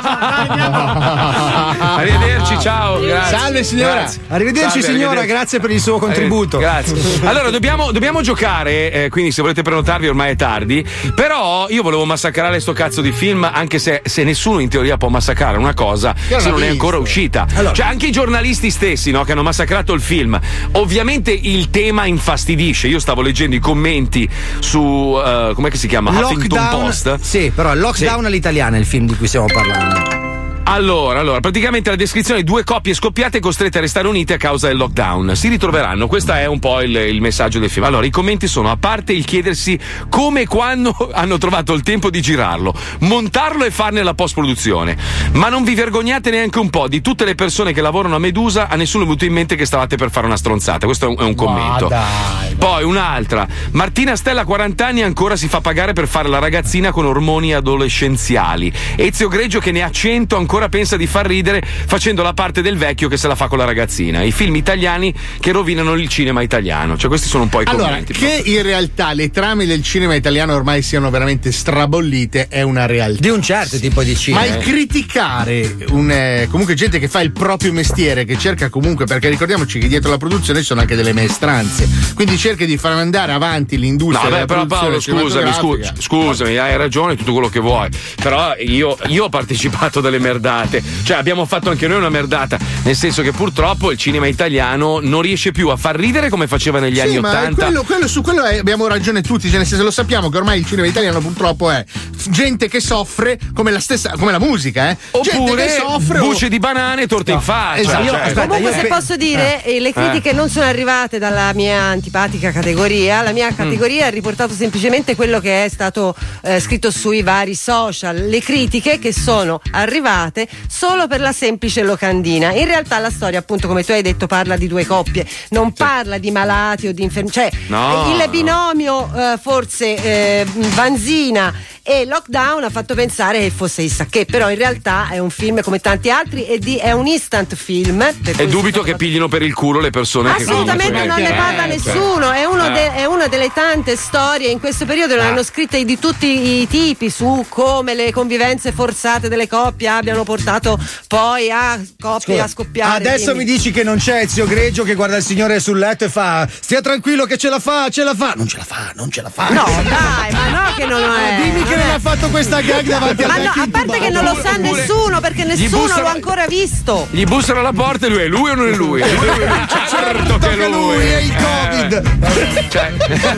Arrivederci, ciao. Grazie. Salve, signora. Grazie. Arrivederci, Salve, signora, arrivederci. grazie per il suo contributo. Grazie. Allora, dobbiamo, dobbiamo giocare, eh, quindi se volete prenotarvi ormai è tardi, però io volevo massacrare sto cazzo di film, anche se, se nessuno in teoria può massacrare una cosa non se l'ha non è visto. ancora uscita. Allora. Cioè anche i giornalisti stessi, no, che hanno massacrato il film, ovviamente il tema infastidisce. Io stavo leggendo i commenti su, eh, com'è che si chiama? Huffington Post. Sì, però Lockdown all'italiana è il film di cui stiamo parlando. Allora, allora, praticamente la descrizione: due coppie scoppiate costrette a restare unite a causa del lockdown. Si ritroveranno, questo è un po' il, il messaggio del film. Allora, i commenti sono, a parte il chiedersi come e quando hanno trovato il tempo di girarlo, montarlo e farne la post-produzione. Ma non vi vergognate neanche un po' di tutte le persone che lavorano a Medusa, a nessuno è venuto in mente che stavate per fare una stronzata. Questo è un, è un commento. dai, Poi un'altra, Martina Stella, quaranta anni, ancora si fa pagare per fare la ragazzina con ormoni adolescenziali. Ezio Greggio, che ne ha cento, ancora pensa di far ridere facendo la parte del vecchio che se la fa con la ragazzina. I film italiani che rovinano il cinema italiano. Cioè, questi sono un po' i Allora, commenti. che in realtà le trame del cinema italiano ormai siano veramente strabollite è una realtà. Di un certo tipo di cinema. Ma il criticare un, eh, comunque gente che fa il proprio mestiere, che cerca comunque, perché ricordiamoci che dietro la produzione ci sono anche delle maestranze, quindi cerca di far andare avanti No, l'industria beh, della però Paolo, produzione scusami, cinematografica. scu- scusami, hai ragione, tutto quello che vuoi. Però io, io ho partecipato delle merdate. Cioè, abbiamo fatto anche noi una merdata. Nel senso che purtroppo il cinema italiano non riesce più a far ridere come faceva negli Sì, anni ma ottanta. quello, quello- su quello è- abbiamo ragione tutti, cioè nel senso lo sappiamo che ormai il cinema italiano purtroppo è gente che soffre come la stessa, come la musica, eh. gente Oppure che soffre bucce o- di banane e torte in faccia. Esatto. Cioè, Aspetta, Comunque, io se pe- posso dire, eh, le critiche Eh. non sono arrivate dalla mia antipatica categoria. La mia categoria ha riportato semplicemente quello che è stato eh, scritto sui vari social. Le critiche che sono arrivate solo per la semplice locandina. In realtà la storia, appunto, come tu hai detto, parla di due coppie, non parla di malati o di infermi. Cioè, No, il no. binomio eh, forse eh, Vanzina e Lockdown ha fatto pensare che fosse chissà che, però in realtà è un film come tanti altri e di, è un instant film. per E cui dubito che piglino per il culo le persone che assolutamente comunque- non ne parla Eh, nessuno, è, uno eh. de- è una delle tante storie in questo periodo, ne Ah. hanno scritte di tutti i tipi su come le convivenze forzate delle coppie abbiano portato poi a coppie Scusa, a scoppiare. adesso quindi- mi dici che non c'è Ezio Greggio che guarda il signore sul letto e fa stia tranquillo che ce la fa, ce la fa. Non ce la fa, non ce la fa. No, dai, ma no che non è. Dimmi che non è. ha fatto questa gag davanti al Ma no, vecchio a parte che non lo sa Oppure- nessuno, perché gli nessuno bussano- l'ha ancora visto. Gli bussano alla porta e lui è lui o non è lui? È lui, è lui. Certo che è lui. è il Eh, Covid. cioè-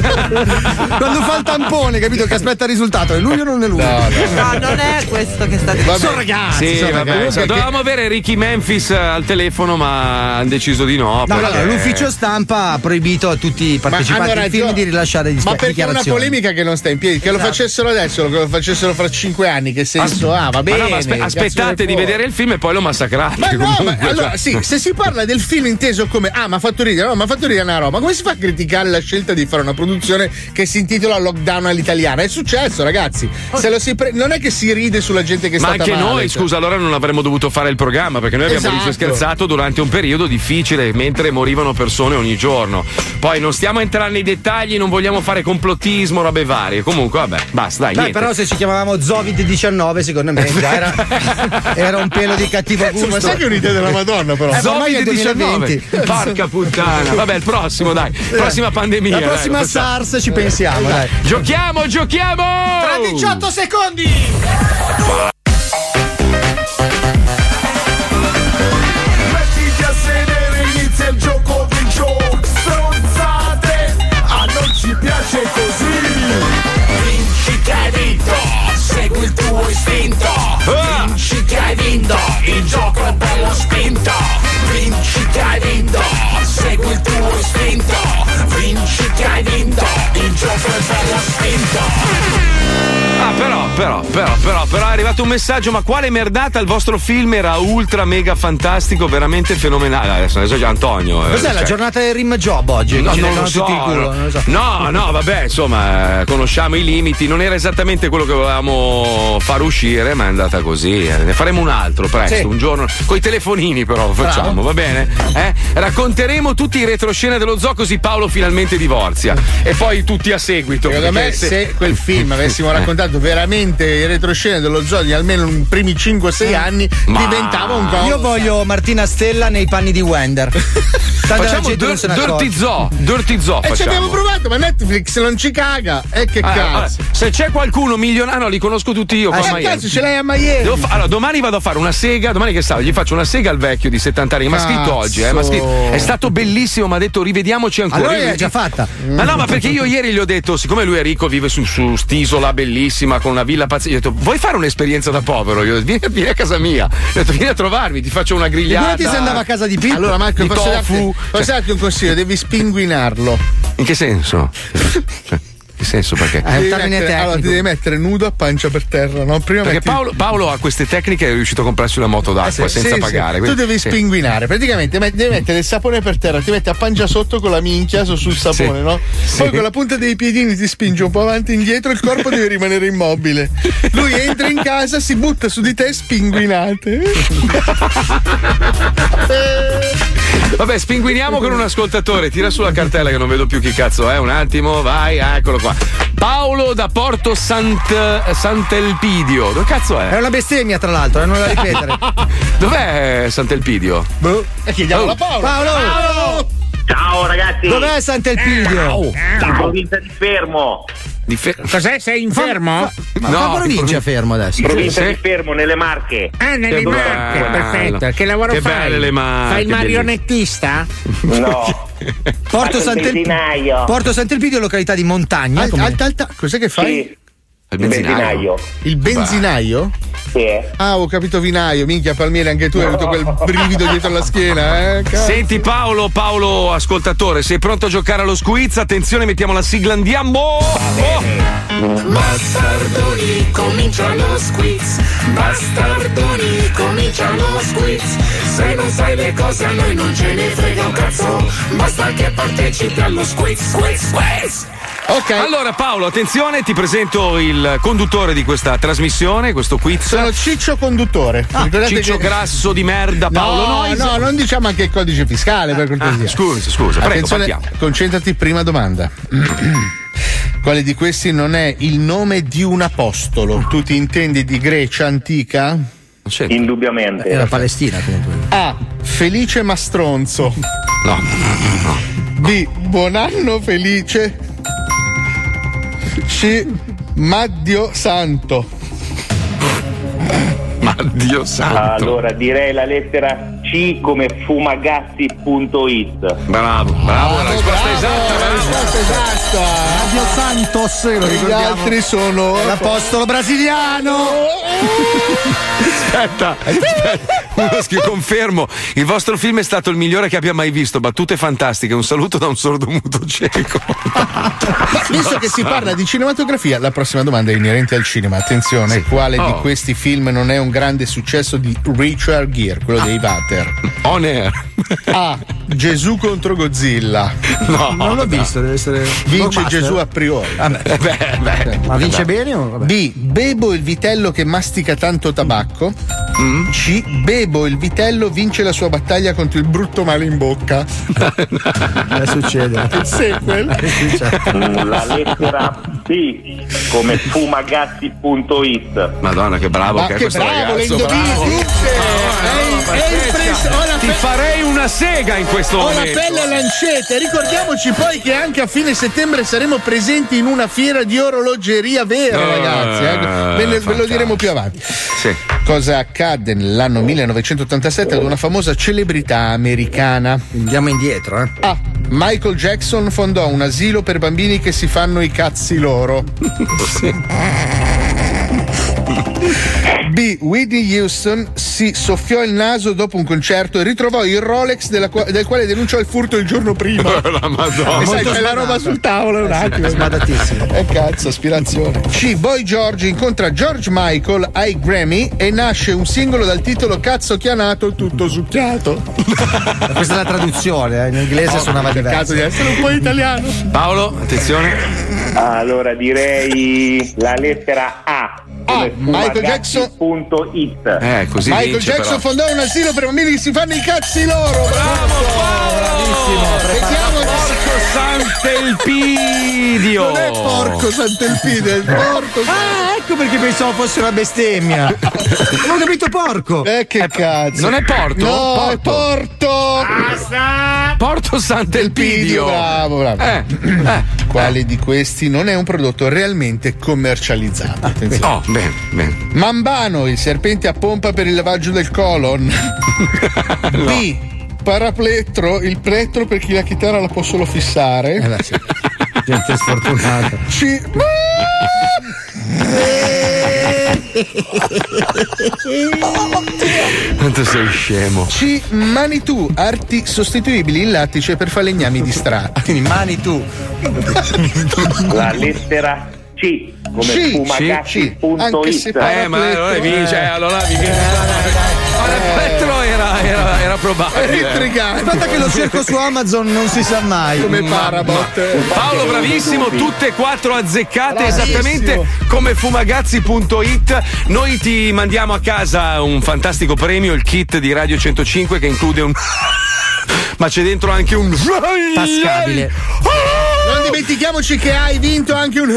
Quando fa il tampone, capito che aspetta il risultato, è lui o non è lui? No, non è questo che state dicendo. Sono ragazzi, Sì, sono vabbè, ragazzi. so- dovevamo avere Ricky Memphis al telefono, ma hanno deciso di no. No, perché- allora, l'ufficio stampa ha proibito a tutti i partecipanti hanno al film ragione. di rilasciare gli Ma perché è una dichiarazioni. polemica che non sta in piedi, che lo Esatto. facessero adesso, che lo facessero fra cinque anni, che senso ha? Va Ma bene. no, ma aspe- cazzo aspettate ne di può. vedere il film e poi lo massacrate. Ma no, ma comunque, allora cioè. sì, se si parla del film inteso come ah, ma ha fatto ridere, no, ma ha fatto ridere una roba, ma come si fa criticare la scelta di fare una produzione che si intitola Lockdown all'italiana. È successo, ragazzi. Se lo si pre- non è che si ride sulla gente che è Ma stata anche male, noi, cioè. scusa, allora non avremmo dovuto fare il programma perché noi abbiamo Esatto. riso e scherzato durante un periodo difficile mentre morivano persone ogni giorno. Poi non stiamo a entrare nei dettagli, non vogliamo fare complottismo, robe varie. Comunque, vabbè, basta, dai. Dai, niente. però se ci chiamavamo Zovid diciannove, secondo me già era, era un pelo di cattivo gusto. Ma sai che è un'idea della Madonna, però. Eh, ma ormai è Zovid duemilaventi. diciannove. Porca puttana. Vabbè, il prossimo, dai. Prossima pandemia. La prossima dai, SARS ci pensiamo, dai. Giochiamo, giochiamo! Tra diciotto secondi! Mettiti a sedere, inizia il gioco di gioco. Stronzate, a non ci piace così. Vinci che hai vinto, segui il tuo istinto. Vinci che hai vinto, il gioco è bello spinto. Vinci che hai vinto, segui il tuo istinto. Vinci che hai vinto, il gioco è bello spinto. Ah, però, però, però, però, però è arrivato un messaggio, ma quale merdata, il vostro film era ultra mega fantastico, veramente fenomenale. Adesso, adesso c'è Antonio. eh, Cos'è la cioè- giornata del rim job oggi? No, Che ci non legano lo so, tutti il culo, no. non lo so. no, no, vabbè, insomma, eh, conosciamo i limiti, non era esattamente quello che volevamo far uscire, ma è andata così. eh. Ne faremo un altro presto, Sì. un giorno, coi telefonini però lo facciamo, Bravo. va bene? Eh? Racconteremo tutti i retroscena dello zoo così Paolo finalmente divorzia. E poi tutti a seguito. Secondo me, perché se quel film avessimo raccontato veramente i retroscene dello zoo di almeno i primi cinque sei anni, Ma- diventava un coso. Io voglio Martina Stella nei panni di Wender. Tanta la Facciamo gente non se ne Dirty accorge. Zoo, Dirty Zoo E ci facciamo. abbiamo provato, ma Netflix non ci caga. E che Ah, cazzo? allora, se c'è qualcuno milionario, li conosco tutti io. Ah, qua a che Miami. cazzo ce l'hai a Miami? Devo fa- allora, domani vado a fare una sega. Domani che stavo, gli faccio una sega al vecchio di settanta anni. Ma ha scritto Cazzo. oggi, eh, m'ha scritto- è stato bellissimo. Mi ha detto rivediamoci ancora. Allora Io l'hai gli- già fatta. Ma no, ma perché io ieri gli ho detto, siccome lui è ricco, vive su, su st'isola bellissima con una villa pazzesca, gli ho detto, vuoi fare un'esperienza da povero? Gli ho detto, vieni, vieni a casa mia. Gli ho detto, vieni a trovarmi, ti faccio una grigliata. Figurati se andava a casa di Pippo. Allora, Marco, di posso darti, tofu. posso Cioè- darti un consiglio? Devi spinguinarlo. In che senso? Cioè, che senso? Perché? È un Devi termine mettere- allora, ti tecnico. devi mettere nudo a pancia per terra, no? Prima Perché metti- Paolo, Paolo ha queste tecniche e è riuscito a comprarsi una moto d'acqua Eh sì, senza sì, pagare. sì. quindi- Tu devi sì. spinguinare, praticamente met- devi mettere il sapone per terra, ti metti a pancia sotto con la minchia su- sul sapone, Sì. no? Poi Sì. con la punta dei piedini ti spinge un po' avanti e indietro, il corpo deve rimanere immobile. Lui entra in casa, si butta su di te spinguinate. Vabbè, spinguiniamo con un ascoltatore. Tira sulla cartella che non vedo più chi cazzo è. Un attimo, vai, ah, eccolo qua. Paolo da Porto Sant- Sant'Elpidio. Dove cazzo È è? una bestemmia, tra l'altro, eh, non la ripetere. Dov'è Sant'Elpidio? Boh. E chiediamo a Paolo. Paolo! Ciao ragazzi! Dov'è Sant'Elpidio? In provincia di Fermo. Di fe- Cos'è? Sei infermo? Ma No, fa di provincia provincia. fermo adesso. Provincia Sì. di Fermo, nelle Marche. Ah, nelle Che Marche, bello. perfetto. Che lavoro Che fai? belle le Marche, Fai il bellissimo. marionettista? No. Porto Faccio il Sant'Elpidio. benzinaio. Porto Sant'Elpidio è località di montagna. Alta, come- alta, alta. Cos'è che fai? Sì. Il Il benzinaio. benzinaio. Il benzinaio? Sì. Ah, ho capito vinaio, minchia Palmieri, anche tu hai avuto quel brivido dietro la schiena, eh? Cazzo. Senti Paolo, Paolo ascoltatore, sei pronto a giocare allo squiz? Attenzione, mettiamo la sigla, andiamo! Oh! Bastardoni, comincia lo squiz. Bastardoni, comincia lo squiz. Se non sai le cose a noi non ce ne frega un cazzo. Basta che partecipi allo squiz, squiz, squiz. Ok. Allora Paolo, attenzione, ti presento il conduttore di questa trasmissione, questo quiz. Sono Ciccio Conduttore. Ah, Ricordate Ciccio che- Grasso di merda, Paolo no, Noise. no, non diciamo anche il codice fiscale per cortesia. Ah, scusa, scusa, prego, Attenzione, partiamo. concentrati, prima domanda. Quale di questi non è il nome di un apostolo? Tu ti intendi di Grecia antica? Indubbiamente. Era Palestina comunque. A. Felice Mastronzo. No, no. B. Buonanno felice. C. Maddio Santo. Ma Dio santo. Allora direi la lettera C come fumagazzi punto it. Bravo, bravo, la risposta esatta. bravo. esatto. Radio Santos, lo Gli ricordiamo. altri sono l'apostolo brasiliano. Aspetta, aspetta. Uno schio- confermo, il vostro film è stato il migliore che abbia mai visto. Battute fantastiche. Un saluto da un sordomuto cieco. Ma visto che si parla di cinematografia, la prossima domanda è inerente al cinema. Attenzione, quale Oh. di questi film non è un grande successo di Richard Gere, quello dei Vater? On air. A. Gesù contro Godzilla. No, non l'ho visto, deve essere. Vince blockbuster. Gesù a priori. Vabbè. Beh, beh. Ma vince Vabbè. bene o vabbè? B. Bebo il vitello che mastica tanto tabacco. Mm. C. Bebo il vitello vince la sua battaglia contro il brutto male in bocca. Che succede? Il sequel. La lettera B come fumagazzi punto it. Madonna, che bravo Ma che è che questo bravo, le ragazzo. indovini bravo. tutte. Ah, È il- no, è il pazzesca. pres- ho la Ti pe- farei una sega in questo Ho la momento. pelle a lancette. Ricordiamoci poi che anche a fine settembre saremo presenti in una fiera di orologeria vera, Eh, ragazzi. eh. Ve, ne- ve lo fantastico. diremo più avanti. Sì. Cosa accadde nell'anno millenovecentottantasette ad una famosa celebrità americana? Andiamo indietro, eh. A. Michael Jackson fondò un asilo per bambini che si fanno i cazzi loro. B. Whitney Houston si soffiò il naso dopo un concerto e ritrovò il Rolex della qua- del quale denunciò il furto il giorno prima. La Madonna. E sai, Molto c'è la roba sbadata. sul tavolo un attimo. Sbadatissimo. Eh cazzo, aspirazione. C. Boy George incontra George Michael ai Grammy e nasce un singolo dal titolo Cazzo chianato tutto succhiato. Questa è la traduzione, eh. In inglese suonava diverso. Cazzo di essere un po' italiano. Paolo, attenzione. Allora direi la lettera A come Ah, Michael Jackson. punto it. Eh, così Michael vince, Jackson però. fondò un asilo per bambini che si fanno i cazzi loro. Bravo, Bravissimo. Vediamo Porco Sant'Elpidio. Non è porco Sant'Elpidio, è il porco. Ah, ecco perché pensavo fosse una bestemmia. Non ho capito porco. Eh, che cazzo. Non è Porto? No, è Porto. Porto. Basta! Porto Sant'Elpidio. Bravo, bravo. Eh, eh. Quale di questi non è un prodotto realmente commercializzato? Attenzione. Oh, bene, bene. Mambano, il serpente a pompa per il lavaggio del colon. B. Paraplettro, il plettro per chi la chitarra la può solo fissare. Eh, beh, sì. Gente sfortunata. C. Quanto sei scemo. C. Manitou, arti sostituibili in lattice per falegnami distratti. Quindi mani tu. La lettera C come C, C, Anche fumagazzi punto se it. fa- Eh, ma allora Eh. vince, eh, allora vi vince. Ma il Petro era, era, era È probabile. intrigante. Aspetta che lo cerco su Amazon, non si sa mai. Come Parabot. Paolo, bravissimo, tutte e quattro azzeccate Bravissimo. esattamente come fumagazzi punto it. Noi ti mandiamo a casa un fantastico premio, il kit di Radio centocinque che include un. Ma c'è dentro anche un. Tascabile. Non dimentichiamoci che hai vinto anche un.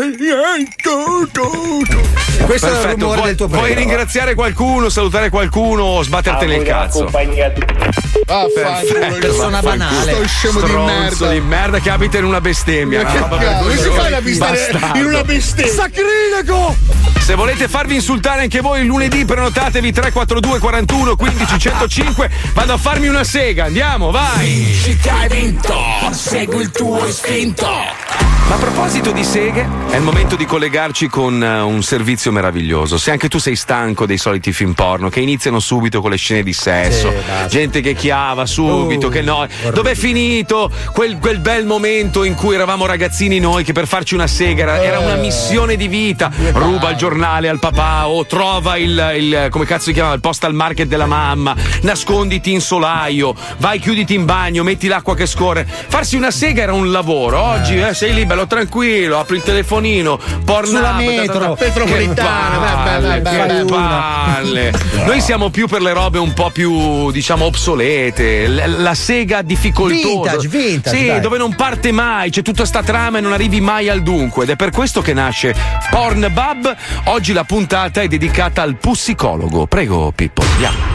Questo è il Perfetto, rumore vuoi, del tuo vuoi premio. ringraziare qualcuno, salutare qualcuno o sbatterti A nel voi della cazzo? compagnia. Vaffanculo, Persona banale. Sto scemo di Stronzo merda. di merda che abita in una bestemmia. Ma che Una roba cazzo, come si vergognosa. fa la bestemmia Bastardo. in una bestemmia? Sacrilego! Se volete farvi insultare anche voi il lunedì, prenotatevi tre quattro due quarantuno quindici centocinque. Vado a farmi una sega, andiamo, vai! Che hai vinto, segui il tuo istinto. Ma a proposito di seghe, è il momento di collegarci con eh, un servizio meraviglioso. Se anche tu sei stanco dei soliti film porno che iniziano subito con le scene di sesso, Sì, basta. gente che chiava subito, Uh, che no. Dov'è finito quel, quel bel momento in cui eravamo ragazzini noi che per farci una sega era, era una missione di vita? Ruba il giornale al papà o trova il, il come cazzo si chiama, il postal market della mamma, nasconditi in solaio, vai chiuditi in bagno, metti l'acqua che scorre. Farsi una sega era un lavoro. Oggi eh, sei libero, tranquillo, apri il telefonino, porno Sulla metro, metropolitana, vai, vai, vai, vai, che vai. palle. Noi siamo più per le robe un po' più, diciamo, obsolete. L- la sega difficoltosa. Vintage, vintage, Sì, dai. dove non parte mai, c'è tutta sta trama e non arrivi mai al dunque. Ed è per questo che nasce Pornbub. Oggi la puntata è dedicata al pussicologo. Prego, Pippo, andiamo.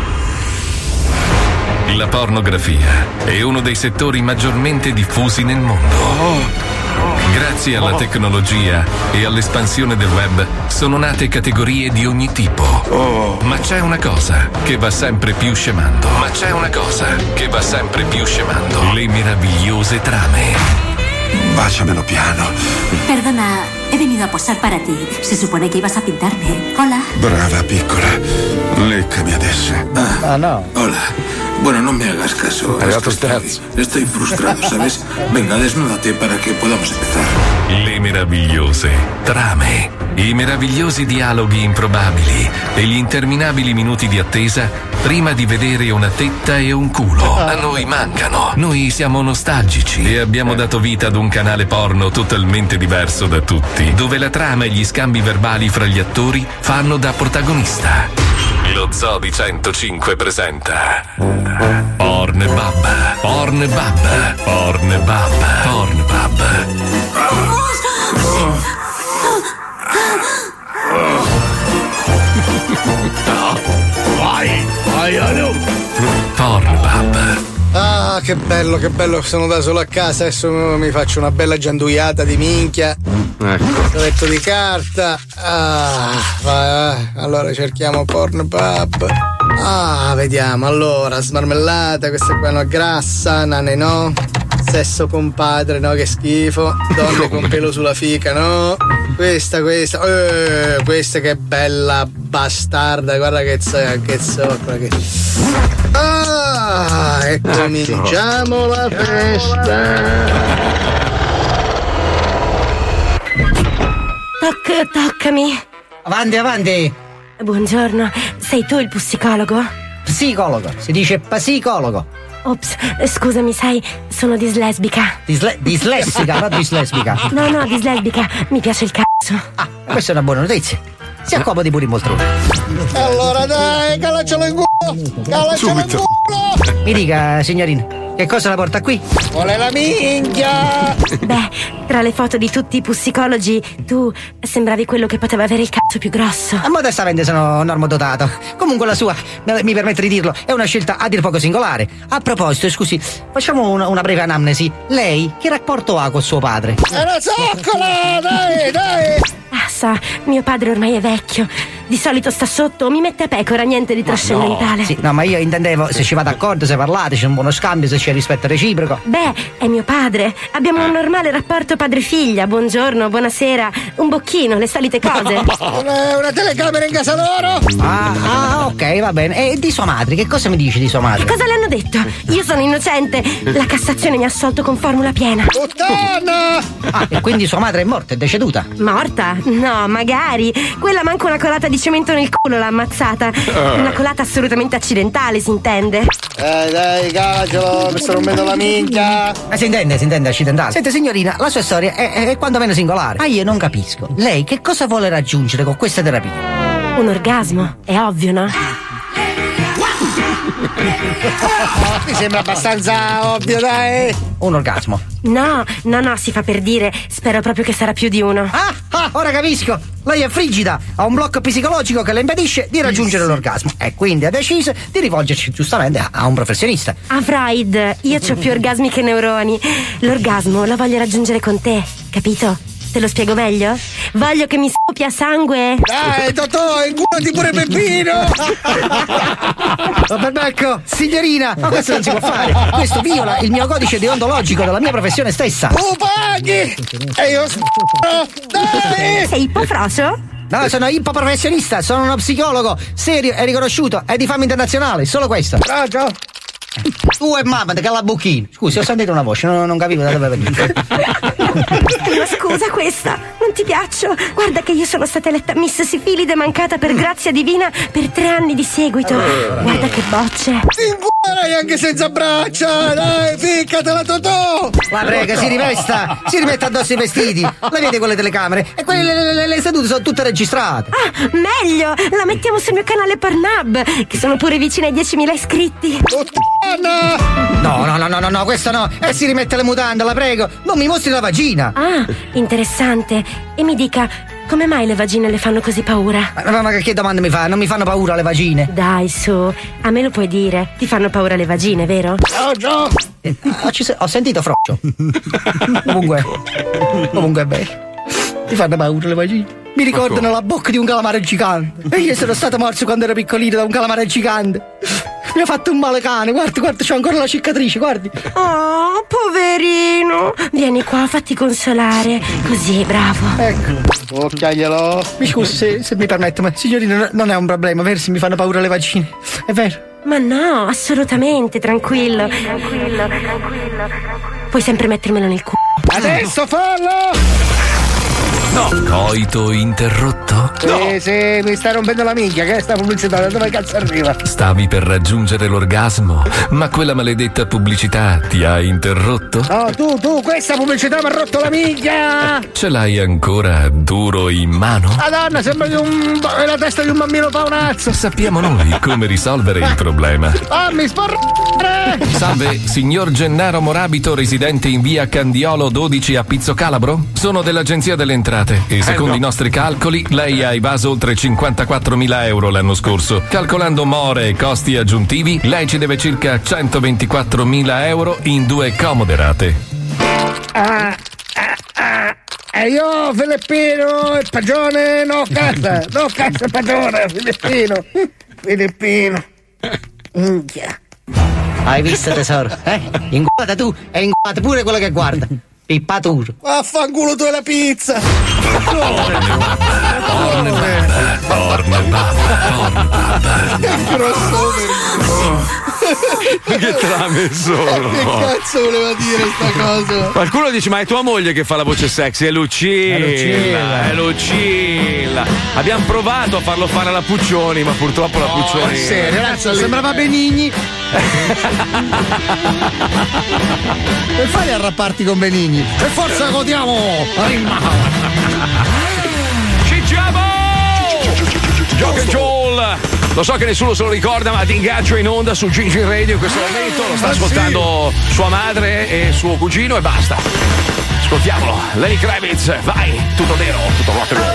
La pornografia è uno dei settori maggiormente diffusi nel mondo. Grazie alla tecnologia e all'espansione del web sono nate categorie di ogni tipo. Ma c'è una cosa che va sempre più scemando. Ma c'è una cosa che va sempre più scemando. Le meravigliose trame. Báciamelo piano. Perdona, he venido a posar para ti. Se supone que ibas a pintarme. Hola. Brava, piccola. Leccami adesso. Ah, no. Hola. Bueno, no me hagas caso. Estoy, estoy frustrado, ¿sabes? Venga, desnúdate para que podamos empezar. Le meravigliose trame, i meravigliosi dialoghi improbabili e gli interminabili minuti di attesa prima di vedere una tetta e un culo. A noi mancano. Noi siamo nostalgici e abbiamo dato vita ad un canale porno totalmente diverso da tutti, dove la trama e gli scambi verbali fra gli attori fanno da protagonista. Lo Zoo di centocinque presenta Pornbub, Pornbub, Pornbub, Pornbub. Vai, vai, Anu. Pornbub. Ah, che bello, che bello, sono da solo a casa, adesso mi faccio una bella gianduiata di minchia. Ecco. Letto di carta. Ah, vai, vai. Allora cerchiamo Pornhub. Ah, vediamo, allora, smarmellata, questa qua no, grassa, nane no. Sesso compadre, no, che schifo. Donne con pelo sulla fica, no. Questa, questa, eh, questa che bella bastarda, guarda che z- che zoccola che. Ah, e cominciamo la festa. Tocca, toccami. Avanti, avanti. Buongiorno, sei tu il psicologo? Psicologo, si dice psicologo. Ops, scusami, sai, sono dislesbica. Disle- dislessica, non dislesbica. No, no, dislesbica, mi piace il cazzo. Ah, questa è una buona notizia. Si accomodi pure in poltrona. Allora dai, calaccialo in culo! Calaccialo in culo! Mi dica, signorina, che cosa la porta qui? Vuole la minchia! Beh, tra le foto di tutti i psicologi, tu sembravi quello che poteva avere il cazzo più grosso. A modestamente sono normodotato. Comunque la sua, mi permetto di dirlo, è una scelta a dir poco singolare. A proposito, scusi, facciamo una, una breve anamnesi. Lei che rapporto ha con suo padre? È una zoccola! Dai, dai! Ah, sa, mio padre ormai è vecchio. Di solito sta sotto, mi mette a pecora, niente di trascendentale. No. Sì, no, ma io intendevo se ci va d'accordo, se parlate, c'è un buono scambio, se c'è rispetto reciproco. Beh, è mio padre. Abbiamo un normale rapporto padre-figlia. Buongiorno, buonasera, un bocchino, le solite cose. Una, una telecamera in casa loro? Ah, ah, ok, va bene. E di sua madre, che cosa mi dici di sua madre? Che cosa le hanno detto? Io sono innocente. La Cassazione mi ha assolto con formula piena. Puttana! Ah, e quindi sua madre è morta, è deceduta? Morta? No, magari. Quella manca una colata di cemento nel culo l'ha ammazzata. Una colata assolutamente accidentale, si intende. Dai, dai, calaccialo, mi sto rompendo la minchia. Ma si intende, si intende accidentale. Senta signorina, la sua storia è, è, è quanto meno singolare. Ma io non capisco. Lei che cosa vuole raggiungere con questa terapia? Un orgasmo, è ovvio, no? Mi sembra abbastanza ovvio, dai. Un orgasmo. No, no, no, si fa per dire. Spero proprio che sarà più di uno. Ah, ah, ora capisco. Lei è frigida, ha un blocco psicologico che le impedisce di raggiungere l'orgasmo e quindi ha deciso di rivolgersi giustamente a un professionista. Ah, Freud, io c'ho più orgasmi che neuroni. L'orgasmo lo voglio raggiungere con te, capito? Te lo spiego meglio? Voglio che mi scoppia sangue. Dai, Totò, inculati pure Peppino. Vabbè, ecco, signorina, ma questo non si può fare. Questo viola il mio codice deontologico della mia professione stessa. Tu paghi! E io sparo! Dai! Sei ippofrocio? No, sono ippoprofessionista, sono uno psicologo serio e riconosciuto e di fama internazionale, solo questo. Raggio! Tu e mamma, te cala bucchino. Scusi, ho sentito una voce, non, non capivo da dove veniva. Ma scusa questa, non ti piaccio? Guarda che io sono stata eletta Miss Sifilide mancata per grazia divina per tre anni di seguito. Guarda che bocce. Inguarai anche senza braccia, dai, ficcatela Totò. La prega, si rivesta, si rimette addosso i vestiti. La vede con le telecamere e quelle le, le, le sedute sono tutte registrate. Ah, meglio, la mettiamo sul mio canale Pornhub, che sono pure vicine ai diecimila iscritti. No, no, no, no, no, no, questo no. E si rimette le mutande, la prego. Non mi mostri la vagina. Ah, interessante. E mi dica, come mai le vagine le fanno così paura? Ma, ma che domande mi fa? Non mi fanno paura le vagine. Dai, su, a me lo puoi dire. Ti fanno paura le vagine, vero? Ciao, ciao. Eh, ho sentito froccio. Comunque, comunque è vero. Ti fanno paura le vagine. Mi ricordano la bocca di un calamare gigante. E io sono stato morso quando ero piccolino da un calamare gigante. mi ha fatto un male cane, guarda, guarda, c'ho ancora la cicatrice, guardi. Oh, poverino. Vieni qua, fatti consolare. Così, bravo. Ecco. Occhiaglielo. Mi scusi se, se mi permette, ma signorina, non è un problema, vero se mi fanno paura le vaccine. È vero? Ma no, assolutamente, tranquillo. Tranquillo, tranquillo. Puoi sempre mettermelo nel culo. Adesso fallo! No. Coito interrotto? Sì, sì, mi sta rompendo la minchia, che è sta pubblicità? Da dove cazzo arriva? Stavi per raggiungere l'orgasmo, ma quella maledetta pubblicità ti ha interrotto? No, tu, tu, questa pubblicità mi ha rotto la minchia! Ce l'hai ancora duro in mano? Madonna, sembra di un, la testa di un bambino paonazzo! Sappiamo noi come risolvere il problema. Ah, mi sporrere! Salve, signor Gennaro Morabito, residente in via Candiolo dodici a Pizzo Calabro? Sono dell'Agenzia delle Entrate e secondo Eh, no. i nostri calcoli lei ha evaso oltre cinquantaquattromila euro l'anno scorso. Calcolando more e costi aggiuntivi, lei ci deve circa centoventiquattromila euro in due comode rate. Ah, ah, ah. E io, Filippino, e Pagione, no casa, no casa, Pagione, Filippino, Filippino. Minchia. Hai visto tesoro? Eh? Inguata tu e inguata pure quello che guarda. Pippaturo. Vaffanculo tu e la pizza! Che trame sono? Che cazzo voleva dire sta cosa? Qualcuno dice: ma è tua moglie che fa la voce sexy? È Lucilla, È Lucilla. è Lucilla. Abbiamo provato a farlo fare alla Puccioni, ma purtroppo la Puccioni. Serio, ragazzi, sembrava Benigni. Per fare arrapparti con Benigni. E forza godiamo! Ci siamo! Jock and Joel! Lo so che nessuno se lo ricorda, ma ti ingaggio in onda su Gigi Radio in questo momento. Lo sta Ah, ascoltando sua madre e suo cugino e basta. Ascoltiamolo. Lenny Kravitz, vai! Tutto nero, tutto rock and roll.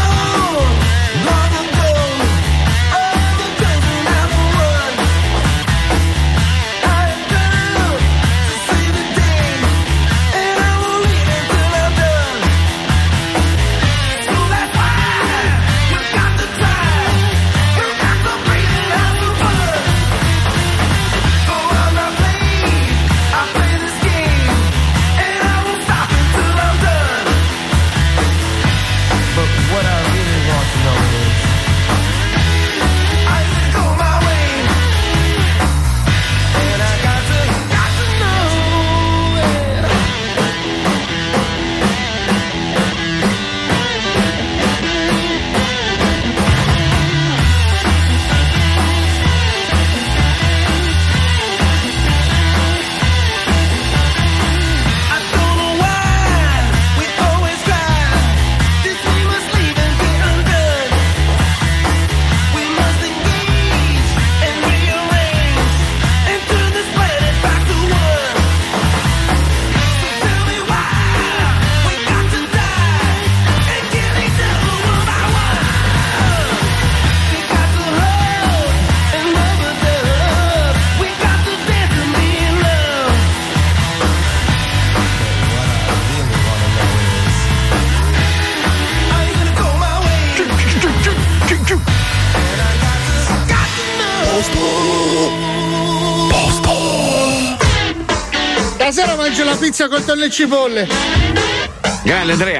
Stasera mangio la pizza con tonno e cipolle. Grande Andrea.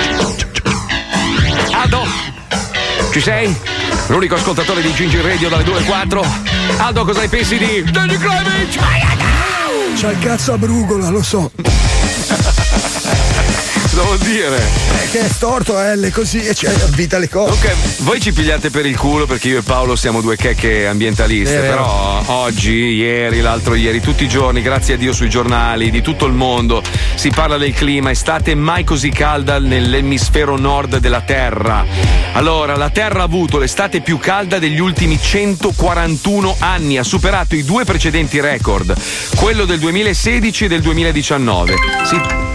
Aldo, ci sei? L'unico ascoltatore di Gigi Radio dalle due alle quattro. Aldo, cosa ne pensi di Lenny Kravitz? C'ha il cazzo a brugola, lo so. Cosa vuol dire? È che è storto L così e cioè avvita le cose. Ok, voi ci pigliate per il culo perché io e Paolo siamo due checche ambientaliste, È vero. però oggi, ieri, l'altro ieri, tutti i giorni, grazie a Dio sui giornali di tutto il mondo si parla del clima, estate mai così calda nell'emisfero nord della Terra. Allora, la Terra ha avuto l'estate più calda degli ultimi centoquarantuno anni, ha superato i due precedenti record, quello del duemilasedici e del duemiladiciannove. Sì.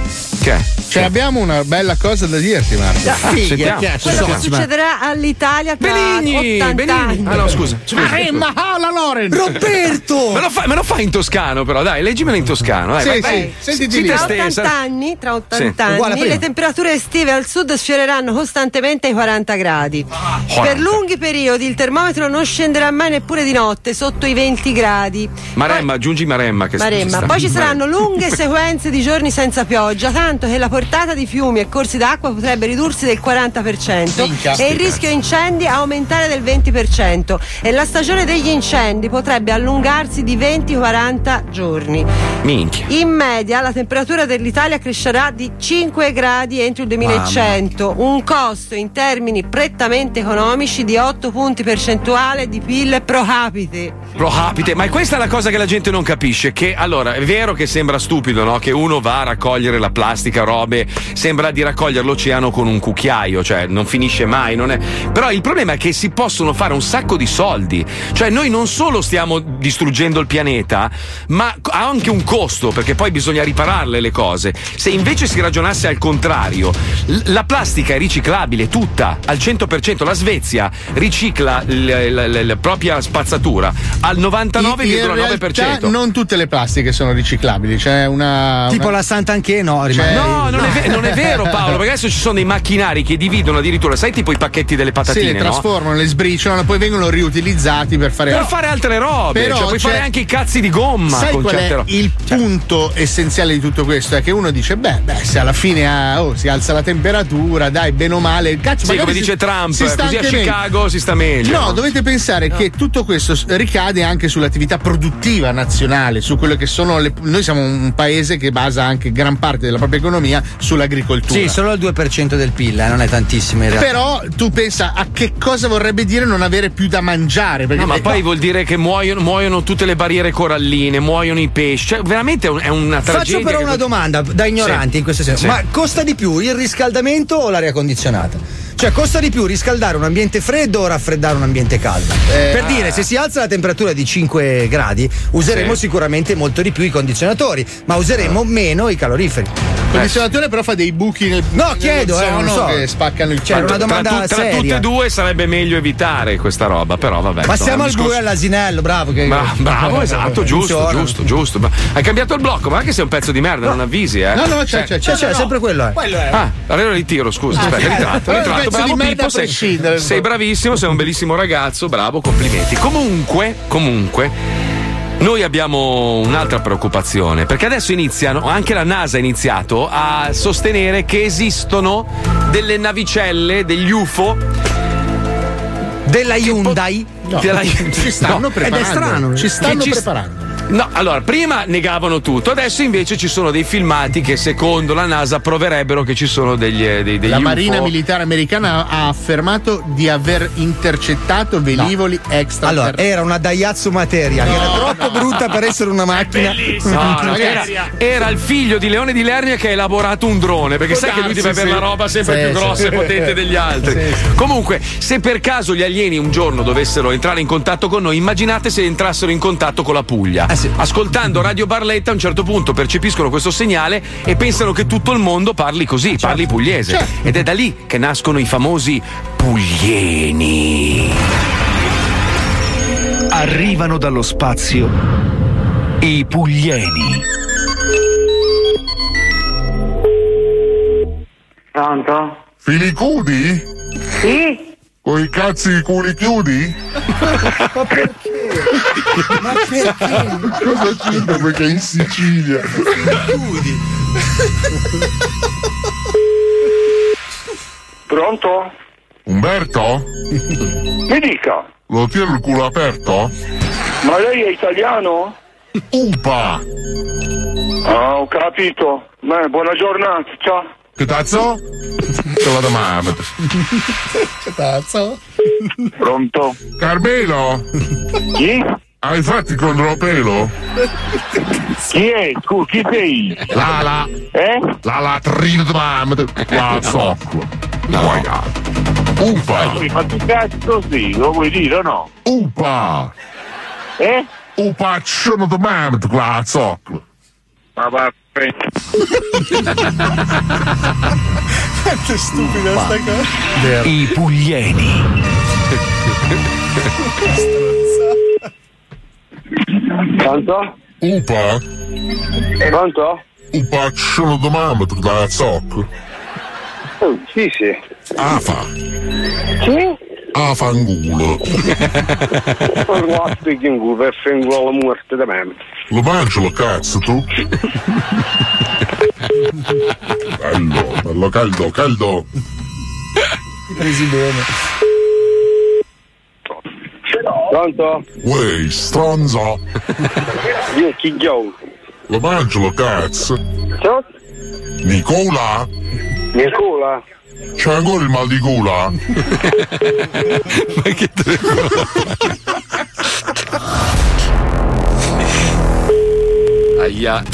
Che? Cioè, abbiamo una bella cosa da dirti, Marco. Figlia, quello che succederà all'Italia tra Benigni, ottanta Benigni. anni. Ah no, scusa. scusa, Maremma, la Loren. Roberto! Me lo, fai, me lo fai in toscano, però, dai, leggimelo in toscano. Dai, Sì, vai, sì, vai. sentiti Sì, lì. te Tra stessa. ottanta anni, tra ottanta Sì. Uguale a anni prima. le temperature estive al sud sfioreranno costantemente i quaranta gradi. quaranta. Per lunghi periodi il termometro non scenderà mai neppure di notte sotto i venti gradi. Maremma, aggiungi Maremma. Che Maremma. sta- Poi ci saranno lunghe sequenze di giorni senza pioggia, tanto che la portata di fiumi e corsi d'acqua potrebbe ridursi del quaranta per cento Minchia. e il rischio incendi aumentare del venti per cento e la stagione degli incendi potrebbe allungarsi di venti quaranta giorni. Minchia. In media la temperatura dell'Italia crescerà di cinque gradi entro il duemilacento, un costo in termini prettamente economici di otto punti percentuali di P I L pro capite. Pro capite, ma questa è la cosa che la gente non capisce, che allora è vero che sembra stupido, no? Che uno va a raccogliere la plastica, robe, sembra di raccogliere l'oceano con un cucchiaio, cioè non finisce mai, non è... Però il problema è che si possono fare un sacco di soldi, cioè noi non solo stiamo distruggendo il pianeta, ma ha anche un costo, perché poi bisogna ripararle le cose. Se invece si ragionasse al contrario, l- la plastica è riciclabile tutta, al cento per cento, la Svezia ricicla l- l- l- la propria spazzatura al novantanove virgola nove per In cento. realtà non tutte le plastiche sono riciclabili, c'è una Tipo una... la Sant'Anché, no, Cioè, rimane. No, non è, ve- non è vero Paolo, perché adesso ci sono dei macchinari che dividono addirittura, sai, tipo i pacchetti delle Sì, patatine, le no? trasformano, le sbriciolano, poi vengono riutilizzati per fare Per fare altre robe, Però cioè puoi c'è- fare anche i cazzi di gomma Sai con qual certe è robe. il punto essenziale di tutto questo? È che uno dice: beh, beh, se alla fine ah, oh, si alza la temperatura, dai, bene o male, il cazzo Sì, magari come si- dice Trump, si sta così a anche meglio. Chicago si sta meglio. No, dovete pensare che tutto questo s- ricade anche sull'attività produttiva nazionale, su quello che sono le. Noi siamo un paese che basa anche gran parte della propria economia sull'agricoltura. Sì, solo il due per cento del P I L, eh, non è tantissimo in realtà. Però tu pensa a che cosa vorrebbe dire non avere più da mangiare. Perché No, ma eh, poi vuol dire che muoiono, muoiono tutte le barriere coralline, muoiono i pesci. Cioè, veramente è, un- è una tragedia. Faccio però che- una domanda da ignoranti Sì. in questo senso. Sì. Ma costa di più il riscaldamento o l'aria condizionata? Cioè costa di più riscaldare un ambiente freddo o raffreddare un ambiente caldo? Eh, per ah. dire, se si alza la temperatura di cinque gradi, useremo Sì. sicuramente molto di più i condizionatori, ma useremo meno i caloriferi. il condizionatore però fa dei buchi nel No, chiedo, eh, non nell'ozono so. che spaccano il Cioè, caldo. una domanda tra, tu- tra seria. tutte e due sarebbe meglio evitare questa roba, però vabbè. Ma insomma, siamo è un al discorso- buio e all'asinello, bravo. Che... Ma- bravo, esatto, giusto, Funziona. giusto, giusto. Ma hai cambiato il blocco, ma anche se è un pezzo di merda, non avvisi, eh. No, no, c'è, Cioè- c'è, C'è, c'è, no, sempre quello, eh. Quello è. Ah, allora ritiro, scusa. Aspetta, sì. ritratto, Però è un ritratto. pezzo Bravo di merda Pippo, a sei, prescindere. sei bravissimo, sei un bellissimo ragazzo, bravo, complimenti. Comunque, comunque, noi abbiamo un'altra preoccupazione, perché adesso iniziano, anche la NASA ha iniziato a sostenere che esistono delle navicelle, degli U F O. Della Hyundai? No, della- ci stanno No, preparando. ed è strano. Ci stanno Che ci- preparando. No, allora, prima negavano tutto, adesso invece ci sono dei filmati che secondo la NASA proverebbero che ci sono degli, eh, dei, degli La U F O. Marina Militare Americana ha affermato di aver intercettato velivoli extra. Allora, era una Daihatsu Materia, che era troppo brutta per essere una macchina. No, no, era, era il figlio di Leone di Lernia che ha elaborato un drone, perché Può sai che lui darsi, deve avere sì. la roba sempre Sì, più sì. grossa e potente degli altri. Sì, sì. Comunque, se per caso gli alieni un giorno dovessero entrare in contatto con noi, immaginate se entrassero in contatto con la Puglia. Ah, sì. Ascoltando Radio Barletta a un certo punto percepiscono questo segnale e pensano che tutto il mondo parli così, parli pugliese. Certo. Ed è da lì che nascono i famosi puglieni. Arrivano dallo spazio i puglieni. Pronto? Filicudi? Sì? Con i cazzi di culi chiudi? Ma perché? Ma perché? Cosa c'entra? Perché è in Sicilia. Pronto? Umberto? Mi dica, Lo tiro il culo aperto? ma lei è italiano? Upa! Ah, ho capito. Beh, buona giornata, ciao. Che cazzo? Te la domanda. Che cazzo? Pronto? Carmelo? Chi? Hai fatto il controppelo? Chi è? Scusa, chi sei? La la. Eh? La latrina di mamma. La zoccola. No. Upa! Ma tu cazzo sì, lo vuoi dire o no? Upa! Eh? Upa, sono di mamma, la zoccola. Ma va a Quanto stupida sta cosa. I puglieni. Pronto? Upa? Pronto? Upa, ci sono domande da zocco. Oh, sì, sì. Afa. Sì? Afangulo. Ma guarda che in culo per fare la morte da me. Lo mangi la cazzo tu? Bello, bello caldo, caldo. Ti presi bene. Pronto? Uè, stronzo. Io chi gioco? Lo mangi la cazzo? Ciao? Nicola? Nicola? C'è ancora il mal di gola? Ma che Aia.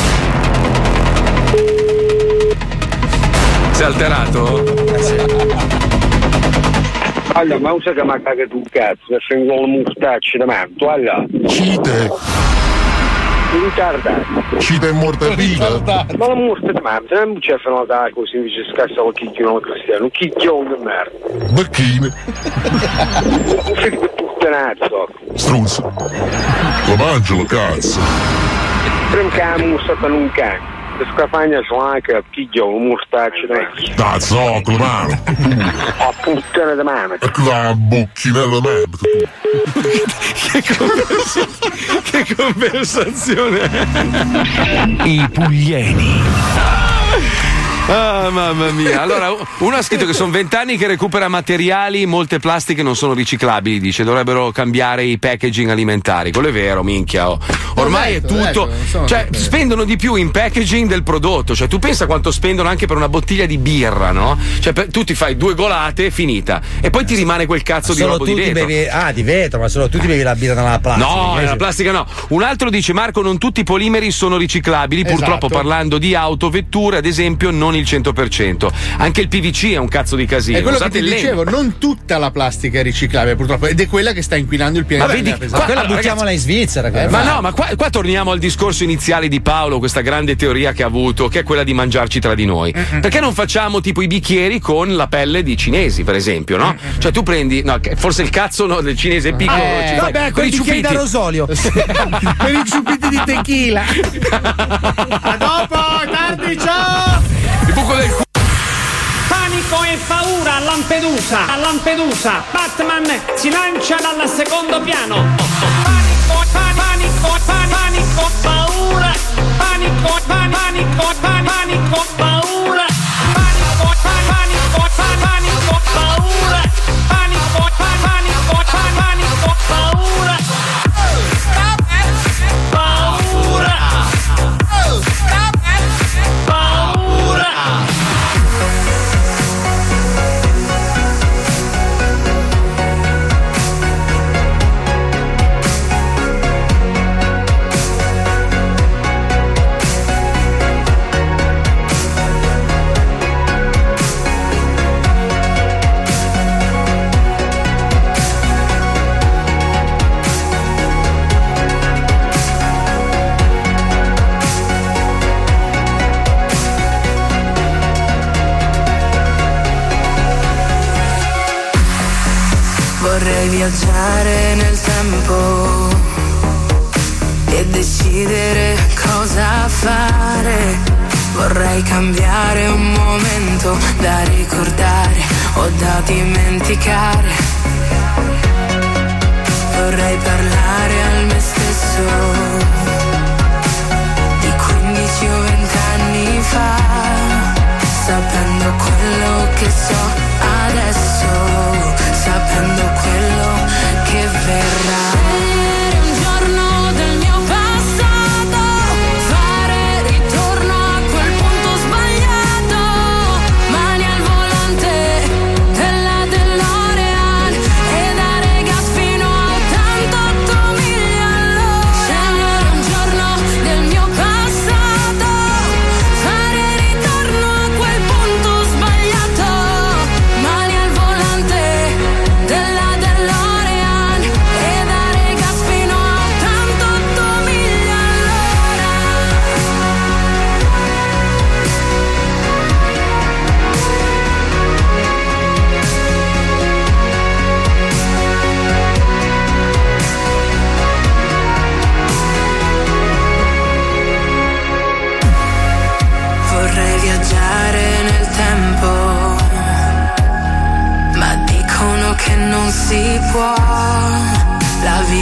Sei alterato? Allora, ma usa che mi ha cagato un cazzo per fare un gol mustacci da me, tu allora? Cite. Ritardato. Cite è morta viva. Ma la morte da me, se non c'è fenomenale così invece scassa la chicchione cristiano, un chicchione di merda. Bacchine. Un figlio di puttanazzo. Strunzo. Lo mangi la cazzo. Prima che la mustata non cambia. Le scapagna sono anche chicchione, un mustacci da me. Da zocco, mano. A puttana di mano. E la bocchinella merda. Che conversazione, che conversazione. I puglieni. Ah, mamma mia. Allora, uno ha scritto che sono vent'anni che recupera materiali, molte plastiche non sono riciclabili, dice, dovrebbero cambiare i packaging alimentari. Quello è vero, minchia. Oh. Ormai detto, è tutto. detto, cioè, detto. spendono di più in packaging del prodotto. Cioè, tu pensa quanto spendono anche per una bottiglia di birra, no? Cioè, per, tu ti fai due golate, finita. E poi ti rimane quel cazzo di Solo robo tu di ti vetro. bevi. Ah, di vetro, ma solo tu ti bevi la birra nella plastica. No, invece- la plastica no. Un altro dice: Marco, non tutti i polimeri sono riciclabili. Purtroppo, Esatto. parlando di auto, vetture, ad esempio, non il cento per cento. Anche il P V C è un cazzo di casino. È quello che Usate ti il legno. dicevo, non tutta la plastica è riciclabile purtroppo, ed è quella che sta inquinando il pianeta. Ma vedi, per qua- esempio. Quella allora, buttiamola ragazzi- in Svizzera. quella. Eh, ma no, ma qua, qua torniamo al discorso iniziale di Paolo, questa grande teoria che ha avuto, che è quella di mangiarci tra di noi. Mm-mm. Perché non facciamo tipo i bicchieri con la pelle di cinesi, per esempio, no? Mm-mm. Cioè tu prendi, no, che- forse il cazzo no, del cinese è piccolo, Eh, ci fai- Vabbè, con quei i bicchieri da ciupiti. rosolio. Per i ciupiti di tequila. A dopo, tardi, ciao! Il buco del culo. Panico e paura a Lampedusa. A Lampedusa, Batman si lancia dal secondo piano. Panico, pa- panico, pa- panico, paura. Panico, pa- panico, pa- panico, paura. Panico, pa- panico, pa- panico, paura. Panico, pa- panico, pa- panico, paura. Paura. Paura. Vorrei viaggiare nel tempo e decidere cosa fare. Vorrei cambiare un momento da ricordare o da dimenticare. Vorrei parlare al me stesso di quindici o venti anni fa, sapendo quello che so adesso, sapendo quello che verrà. Scegliere un giorno del mio passato, fare ritorno a quel punto sbagliato, mani al volante della DeLorean e dare gas fino a ottantotto miglia all'ora. Scegliere un giorno del mio passato, fare ritorno a quel punto sbagliato, mani al volante della DeLorean e dare gas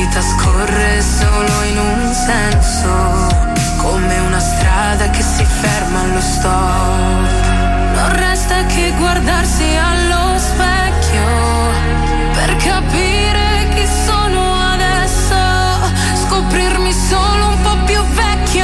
vita scorre solo in un senso, come una strada che si ferma allo stop. Non resta che guardarsi allo specchio per capire chi sono adesso, scoprirmi solo un po' più vecchio,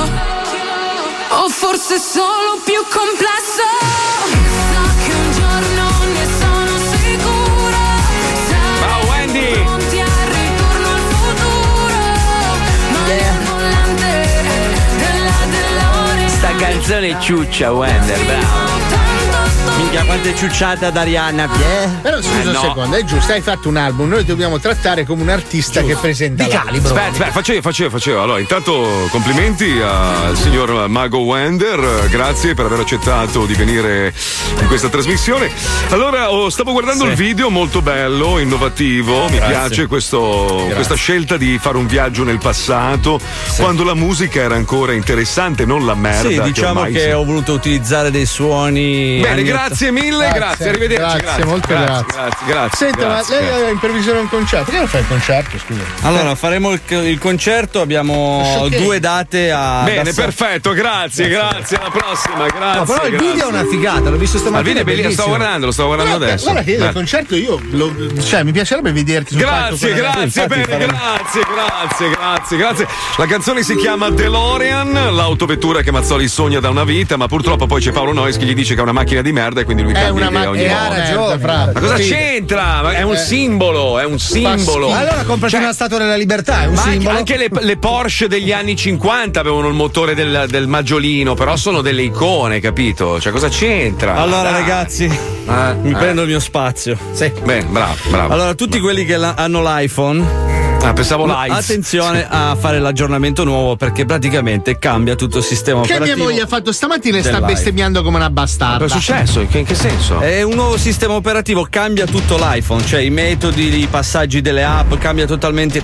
o forse solo più complesso. So che un giorno ne sono sicura, ciao Wendy, pronti al ritorno al futuro, ma yeah. Il volante della DeLorean. Sta canzone è ciuccia, Wender, bravo. Minchia, quanto è ciucciata ad Arianna. Yeah. Però scusa Eh, un no. secondo, è giusto, hai fatto un album, noi dobbiamo trattare come un artista che presenta Di l'album. calibro. Aspetta, aspetta, facevo, facevo, facevo. Allora, intanto complimenti al signor Mago Wender, grazie per aver accettato di venire in questa trasmissione. Allora, oh, stavo guardando Sì. il video, molto bello, innovativo, mi Grazie. piace questo, Grazie. questa scelta di fare un viaggio nel passato, quando la musica era ancora interessante, non la merda. Sì, diciamo ormai che si- ho voluto utilizzare dei suoni. Bene, anni grazie mille, grazie, arrivederci. Grazie, grazie, molto grazie, grazie. grazie, grazie, Senta, grazie, ma lei grazie. ha in previsione un concerto? Che non fai il concerto, scusa? Allora, faremo il, il concerto, abbiamo Ok. due date a. Bene, da- perfetto, grazie, grazie, alla prossima, grazie. No, però il video è grazie. una figata, l'ho visto Ma il stamattina. video è bellissimo, lo bellissimo. stavo guardando, lo stavo guardando Guarda, adesso. guarda che io Eh. il concerto io lo- cioè mi piacerebbe vederti sul palco Grazie, con la- grazie, Infatti, bene, faremo- grazie, grazie, grazie, grazie. La canzone si chiama DeLorean, l'autovettura che Mazzoli sogna da una vita, ma purtroppo poi c'è Paolo Noyes che gli dice che è una macchina di merda e quindi lui È cambia una idea ogni macchina volta. di merda, fra. Ma cosa Sì. c'entra? Ma è un Eh. simbolo, è un simbolo. Allora comprati Cioè, una statua della libertà, è un ma anche, simbolo. anche le, le Porsche degli anni cinquanta avevano il motore del, del maggiolino, però sono delle icone, capito? Cioè, cosa c'entra? Allora, Dai. ragazzi, Eh, mi eh. prendo il mio spazio. Sì. Bene, bravo, bravo. Allora, tutti quelli che la- hanno l'iPhone. Ah, pensavo no, live. attenzione a fare l'aggiornamento nuovo perché praticamente cambia tutto il sistema Che mia operativo. moglie ha fatto stamattina e sta dell'iPhone. bestemmiando come una bastarda. Cosa è successo? In che, in che senso? È un nuovo sistema operativo, cambia tutto l'iPhone, cioè i metodi, i passaggi delle app, cambia totalmente.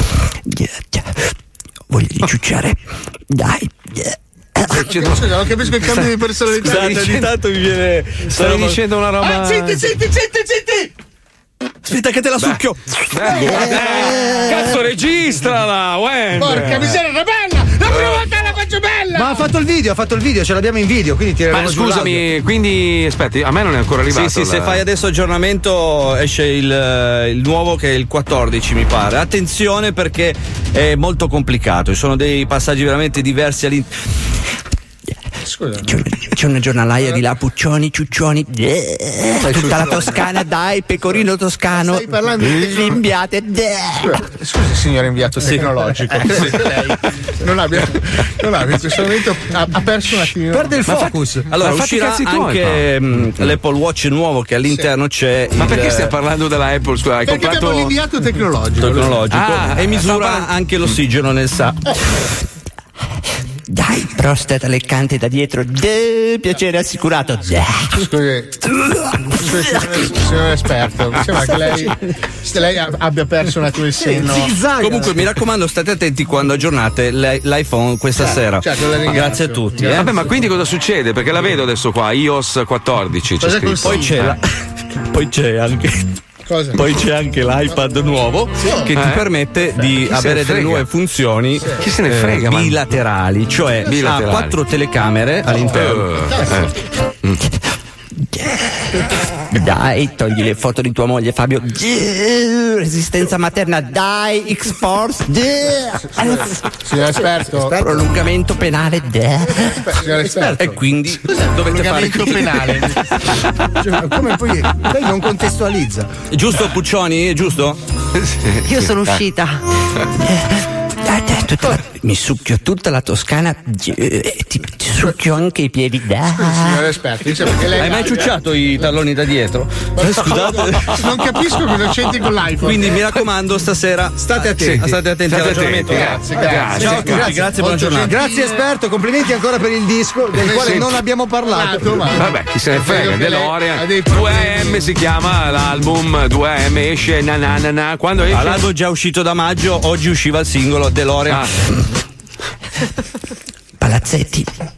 Voglio di ciucciare. Dai. Scusa, non capisco il cambio di personalità. Scusate, ogni tanto mi viene. Stavi dicendo una roba. Ah, zitti, zitti, zitti, zitti! Aspetta che te la succhio. Eh, cazzo, registrala, Wender. Porca miseria, è bella! La prima volta la faccio bella! Ma ha fatto il video, ha fatto il video, ce l'abbiamo in video, quindi tireremo Ma giù l'audio. scusami, quindi aspetti, a me non è ancora arrivato. Sì, sì, la- se fai adesso aggiornamento esce il, il nuovo che è il quattordici mi pare. Attenzione perché è molto complicato, ci sono dei passaggi veramente diversi all'interno. Scusa. C'è una giornalaia di là, puccioni, ciuccioni. eh, Tutta la Toscana, dai, pecorino toscano. Stai parlando di- Rinviate. Scusi, signore inviato tecnologico. Lei non abbia, non abbia in questo momento ha, ha perso un attimino. Perde il Ma focus. Allora Ma fatti i uscirà cazzi tuoi, anche mh, l'Apple Watch nuovo che all'interno c'è Ma il perché stiamo parlando della Apple? Scusa, hai Perché abbiamo comprato. l'inviato tecnologico. tecnologico Ah, e misura stavo parlando- anche l'ossigeno nel sa. Dai, prostata leccante da dietro. De, piacere assicurato. Scusi, scusi, signore, signore esperto, mi sembra che lei, se lei abbia perso un attimo il senno. Comunque mi raccomando state attenti quando aggiornate l'i- l'iPhone questa sera. certo, la ringrazio. Grazie a tutti. eh. Vabbè, ma quindi cosa succede? Perché la vedo adesso qua, iOS quattordici. C'è Cosa scritto. Poi c'è, la- poi c'è anche Cosa? Poi c'è anche l'iPad nuovo che ti Eh? permette di Chi se ne avere delle frega? nuove funzioni Chi se ne frega, eh, ma- bilaterali, cioè Bilaterali. ha quattro telecamere all'interno. Dai, togli le foto di tua moglie, Fabio. Resistenza materna, dai, X-Force. Signor esperto. Prolungamento penale. Signor esperto. E quindi dovete fare Prolungamento penale. Cioè, come poi lei non contestualizza. È giusto Puccioni? È giusto? Io sono uscita. Dai, dai, tutta la- mi succhio tutta la Toscana e ti, ti succhio anche i piedi. Dai. Signor esperto, mi sembra che lei Hai mai ciucciato i talloni da dietro? Ma- Scusate. Non capisco cosa c'entri con l'iPhone. Quindi mi raccomando stasera State attenti. Sì, state attenti State all'aggiornamento. Grazie, grazie. Ciao a tutti, Grazie. grazie, buona Molto giornata. Grazie esperto, complimenti ancora per il disco del Eh, quale sì. non abbiamo parlato. Ma- Vabbè, chi se ne frega, Credo che lei DeLorean. ha dei due problemi. A M si chiama l'album, due A M esce na na na na. Quando esce? Ah, l'album è già uscito da maggio, oggi usciva il singolo DeLorean. Ah. Palazzetti.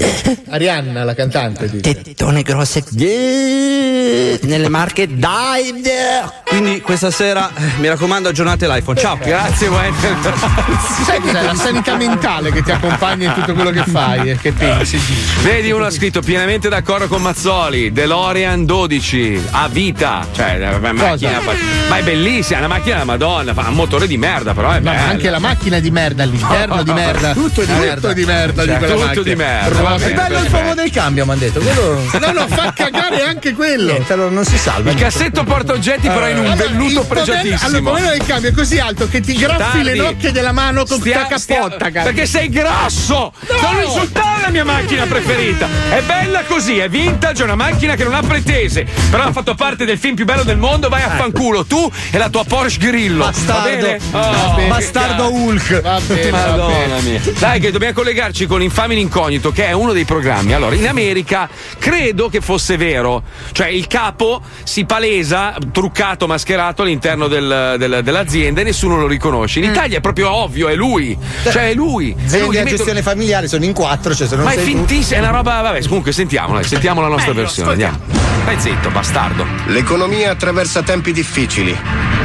Arianna, la cantante. Dice. Tettone grosse nelle Marche, dai. Quindi questa sera eh, mi raccomando, aggiornate l'iPhone. Ciao. Grazie, Wender. Sai cos'è la sanità mentale che ti accompagna in tutto quello che fai e che pensi? Vedi, uno ha scritto pienamente d'accordo con Mazzoli. DeLorean dodici a vita, cioè una macchina, ma è bellissima, è una macchina da Madonna, fa un motore di merda, però è no, bella. Anche la macchina di merda, all'interno di merda, tutto di merda, tutto di merda, cioè, di quella tutto macchina. di merda. È bello il fuoco del cambio, mi hanno detto. Quello... No, no, fa cagare anche quello. Niente, allora non si salva. Il cassetto porta oggetti, però in un allora, velluto il podello, pregiatissimo. allora, il podello del cambio è così alto che ti graffi Stardi. le nocche della mano con Stia- questa cappotta, stia- perché sei grasso. No! Non insultare la mia macchina preferita. È bella così, è vintage, è una macchina che non ha pretese, però ha fatto parte del film più bello del mondo. Vai a fanculo tu e la tua Porsche Grillo. Bastardo. Va bene? Va bene. Bastardo Hulk. Va bene, va Madonna bene. mia. Dai, che dobbiamo collegarci con Infame in Incognito, che è uno dei programmi. Allora, in America credo che fosse vero, cioè il capo si palesa truccato, mascherato all'interno del, del, dell'azienda e nessuno lo riconosce. In Italia è proprio ovvio, è lui, cioè è lui. È lui Aziende a metto- gestione familiare sono in quattro, cioè se non Ma è sei tu- fintissima, è una roba. Vabbè, comunque sentiamo, dai, sentiamo la nostra versione. Andiamo. Stai zitto, bastardo. L'economia attraversa tempi difficili.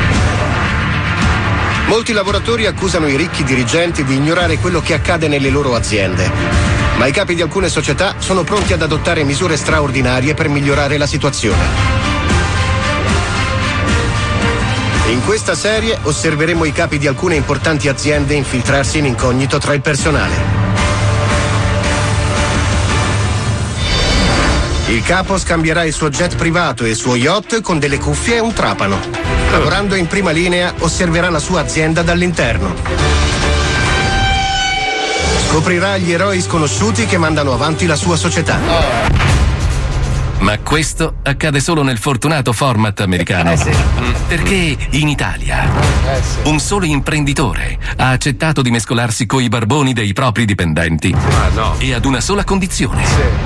Molti lavoratori accusano i ricchi dirigenti di ignorare quello che accade nelle loro aziende. Ma i capi di alcune società sono pronti ad adottare misure straordinarie per migliorare la situazione. In questa serie osserveremo i capi di alcune importanti aziende infiltrarsi in incognito tra il personale. Il capo scambierà il suo jet privato e il suo yacht con delle cuffie e un trapano. Lavorando in prima linea, osserverà la sua azienda dall'interno. Scoprirà gli eroi sconosciuti che mandano avanti la sua società. Ma questo accade solo nel fortunato format americano. Eh sì. Perché in Italia Eh sì. un solo imprenditore ha accettato di mescolarsi coi barboni dei propri dipendenti. Ah, no. E ad una sola condizione. Sì.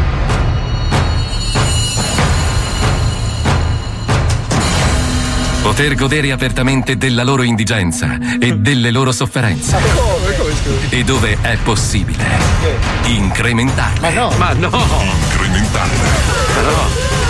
Poter godere apertamente della loro indigenza e delle loro sofferenze. Come? Come scusa? E dove è possibile, incrementarle. Ma no. Ma no. Incrementarle. Ma no.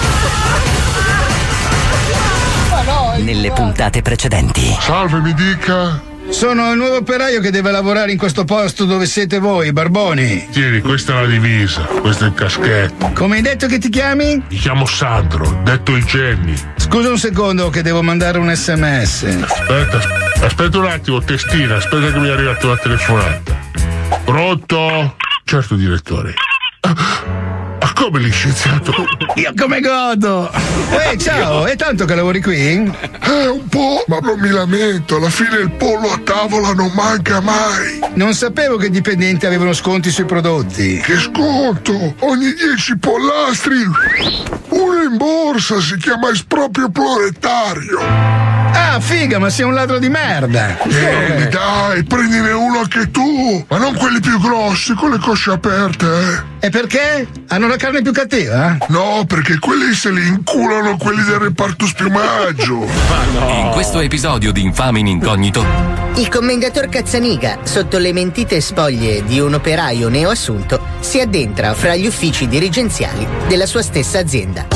Ma no. Nelle puntate precedenti. Salve, mi dica. Sono il nuovo operaio che deve lavorare in questo posto dove siete voi, Barboni. Tieni, questa è la divisa, questo è il caschetto. Come hai detto che ti chiami? Mi chiamo Sandro, detto il Jenny. Scusa un secondo che devo mandare un sms. Aspetta, aspetta un attimo, testina, aspetta che mi è arrivata una telefonata. Pronto? Certo, direttore. Ma come licenziato? Io come godo! Ehi, ciao, è tanto che lavori qui? Eh, un po', ma non mi lamento, alla fine il pollo a tavola non manca mai. Non sapevo che i dipendenti avevano sconti sui prodotti. Che sconto! Ogni dieci pollastri, uno in borsa, si chiama esproprio proletario. Ah, figa, ma sei un ladro di merda! Vieni, dai, prendine uno anche tu, ma non quelli più grossi, con le cosce aperte, eh. E perché? Hanno la carne più cattiva? No, perché quelli se li inculano quelli del reparto spiumaggio. In questo episodio di Infame in Incognito, Il commendator Cazzaniga, sotto le mentite spoglie di un operaio neoassunto, si addentra fra gli uffici dirigenziali della sua stessa azienda.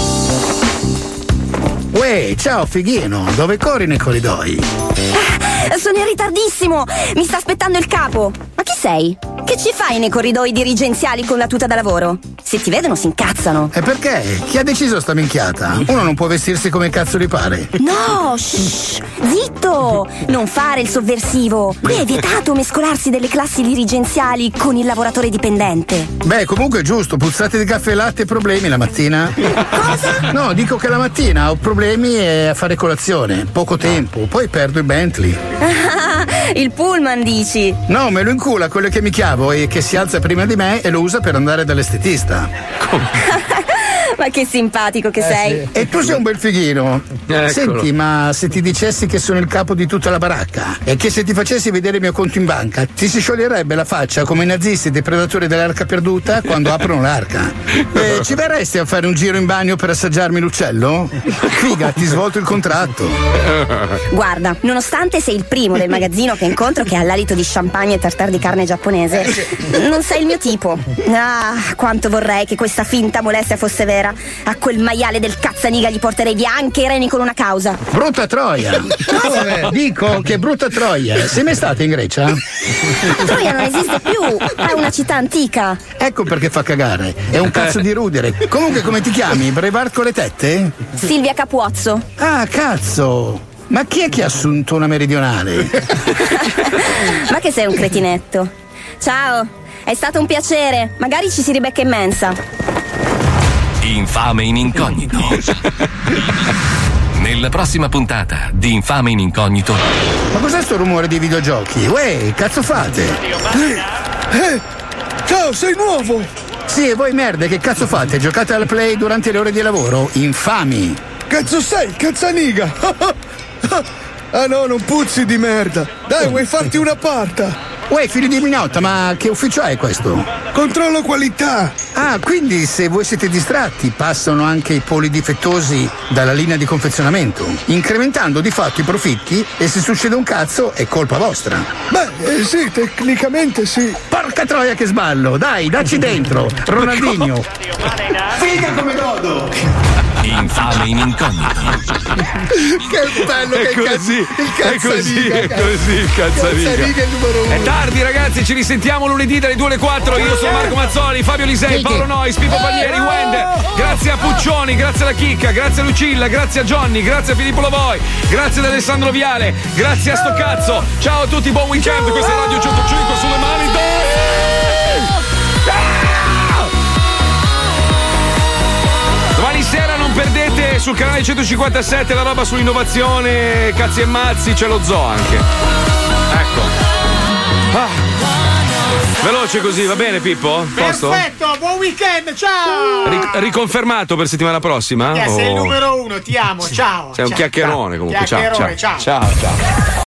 Uè, ciao fighino, dove corri nei corridoi? Sono in ritardissimo! Mi sta aspettando il capo! Ma chi sei? Che ci fai nei corridoi dirigenziali con la tuta da lavoro? Se ti vedono si incazzano. E perché? Chi ha deciso sta minchiata? Uno non può vestirsi come cazzo gli pare. No, shh, zitto! Non fare il sovversivo. Qui è vietato mescolarsi delle classi dirigenziali con il lavoratore dipendente. Beh, comunque è giusto, puzzate di caffè latte e problemi la mattina. Cosa? No, dico che la mattina ho problemi e a fare colazione. Poco tempo, poi perdo il Bentley. Ah, il pullman dici? No, me lo incula quello che mi chiavo e che si alza prima di me e lo usa per andare dall'estetista. Ma che simpatico che Eh, sei. sì. E tu sei un bel fighino. Eccolo. Senti, ma se ti dicessi che sono il capo di tutta la baracca e che se ti facessi vedere il mio conto in banca, ti si scioglierebbe la faccia come i nazisti depredatori dell'arca perduta quando aprono l'arca. E ci verresti a fare un giro in bagno per assaggiarmi l'uccello? Figa, ti svolto il contratto. Guarda, nonostante sei il primo del magazzino che incontro che ha l'alito di champagne e tartar di carne giapponese, non sei il mio tipo. Ah, quanto vorrei che questa finta molestia fosse vera. A quel maiale del cazzaniga gli porterei via anche i reni con una causa. Brutta troia! Dico che brutta troia! Sei mai stata in Grecia? Troia non esiste più, è una città antica. Ecco perché fa cagare, è un cazzo di rudere. Comunque, come ti chiami? Brevard con le tette? Silvia Capuozzo. Ah, cazzo! Ma chi è che ha assunto una meridionale? Ma che sei un cretinetto. Ciao, è stato un piacere. Magari ci si ribecca in mensa. Infame in incognito. Nella prossima puntata di Infame in incognito. Ma cos'è sto rumore di videogiochi? Uè, cazzo fate? Eh, eh, ciao, sei nuovo! Sì, e voi merde, che cazzo fate? Giocate al play durante le ore di lavoro? Infami! Cazzo sei, cazzaniga! Ah no, non puzzi di merda! Dai, vuoi farti una parta? Uè, figlio di minotta, ma che ufficio è questo? Controllo qualità! Ah, quindi se voi siete distratti passano anche i polidifettosi dalla linea di confezionamento, incrementando di fatto i profitti e se succede un cazzo è colpa vostra. Beh, eh, sì, tecnicamente sì. Porca troia che sballo! Dai, dacci dentro! Ronaldinho! Figa come Dodo! Infame in incognito. Che bello È che così, il è così, è così il cazzaniga. Cazzaniga è il numero uno. È tardi ragazzi, ci risentiamo lunedì dalle due alle quattro. Io sono Marco Mazzoli, Fabio Lisei, Paolo Nois, Pippo Palmieri, Wender. Grazie a Puccioni, grazie alla Chicca, grazie a Lucilla, grazie a Johnny, grazie a Filippo Lovoi, grazie ad Alessandro Viale, grazie a sto cazzo. Ciao a tutti, buon weekend. Questa è Radio centocinque sulle mani. Domani sera non perdete sul canale centocinquantasette la roba sull'innovazione, cazzi e mazzi, c'è lo zoo anche. Ecco. Ah. Veloce così, va bene Pippo? Posto? Perfetto, buon weekend, ciao! Ric- riconfermato per settimana prossima? Che sei il O- numero uno, ti amo, ciao! Sei un ciao. chiacchierone comunque, ciao, Chiacchierone, ciao. ciao. Ciao, ciao.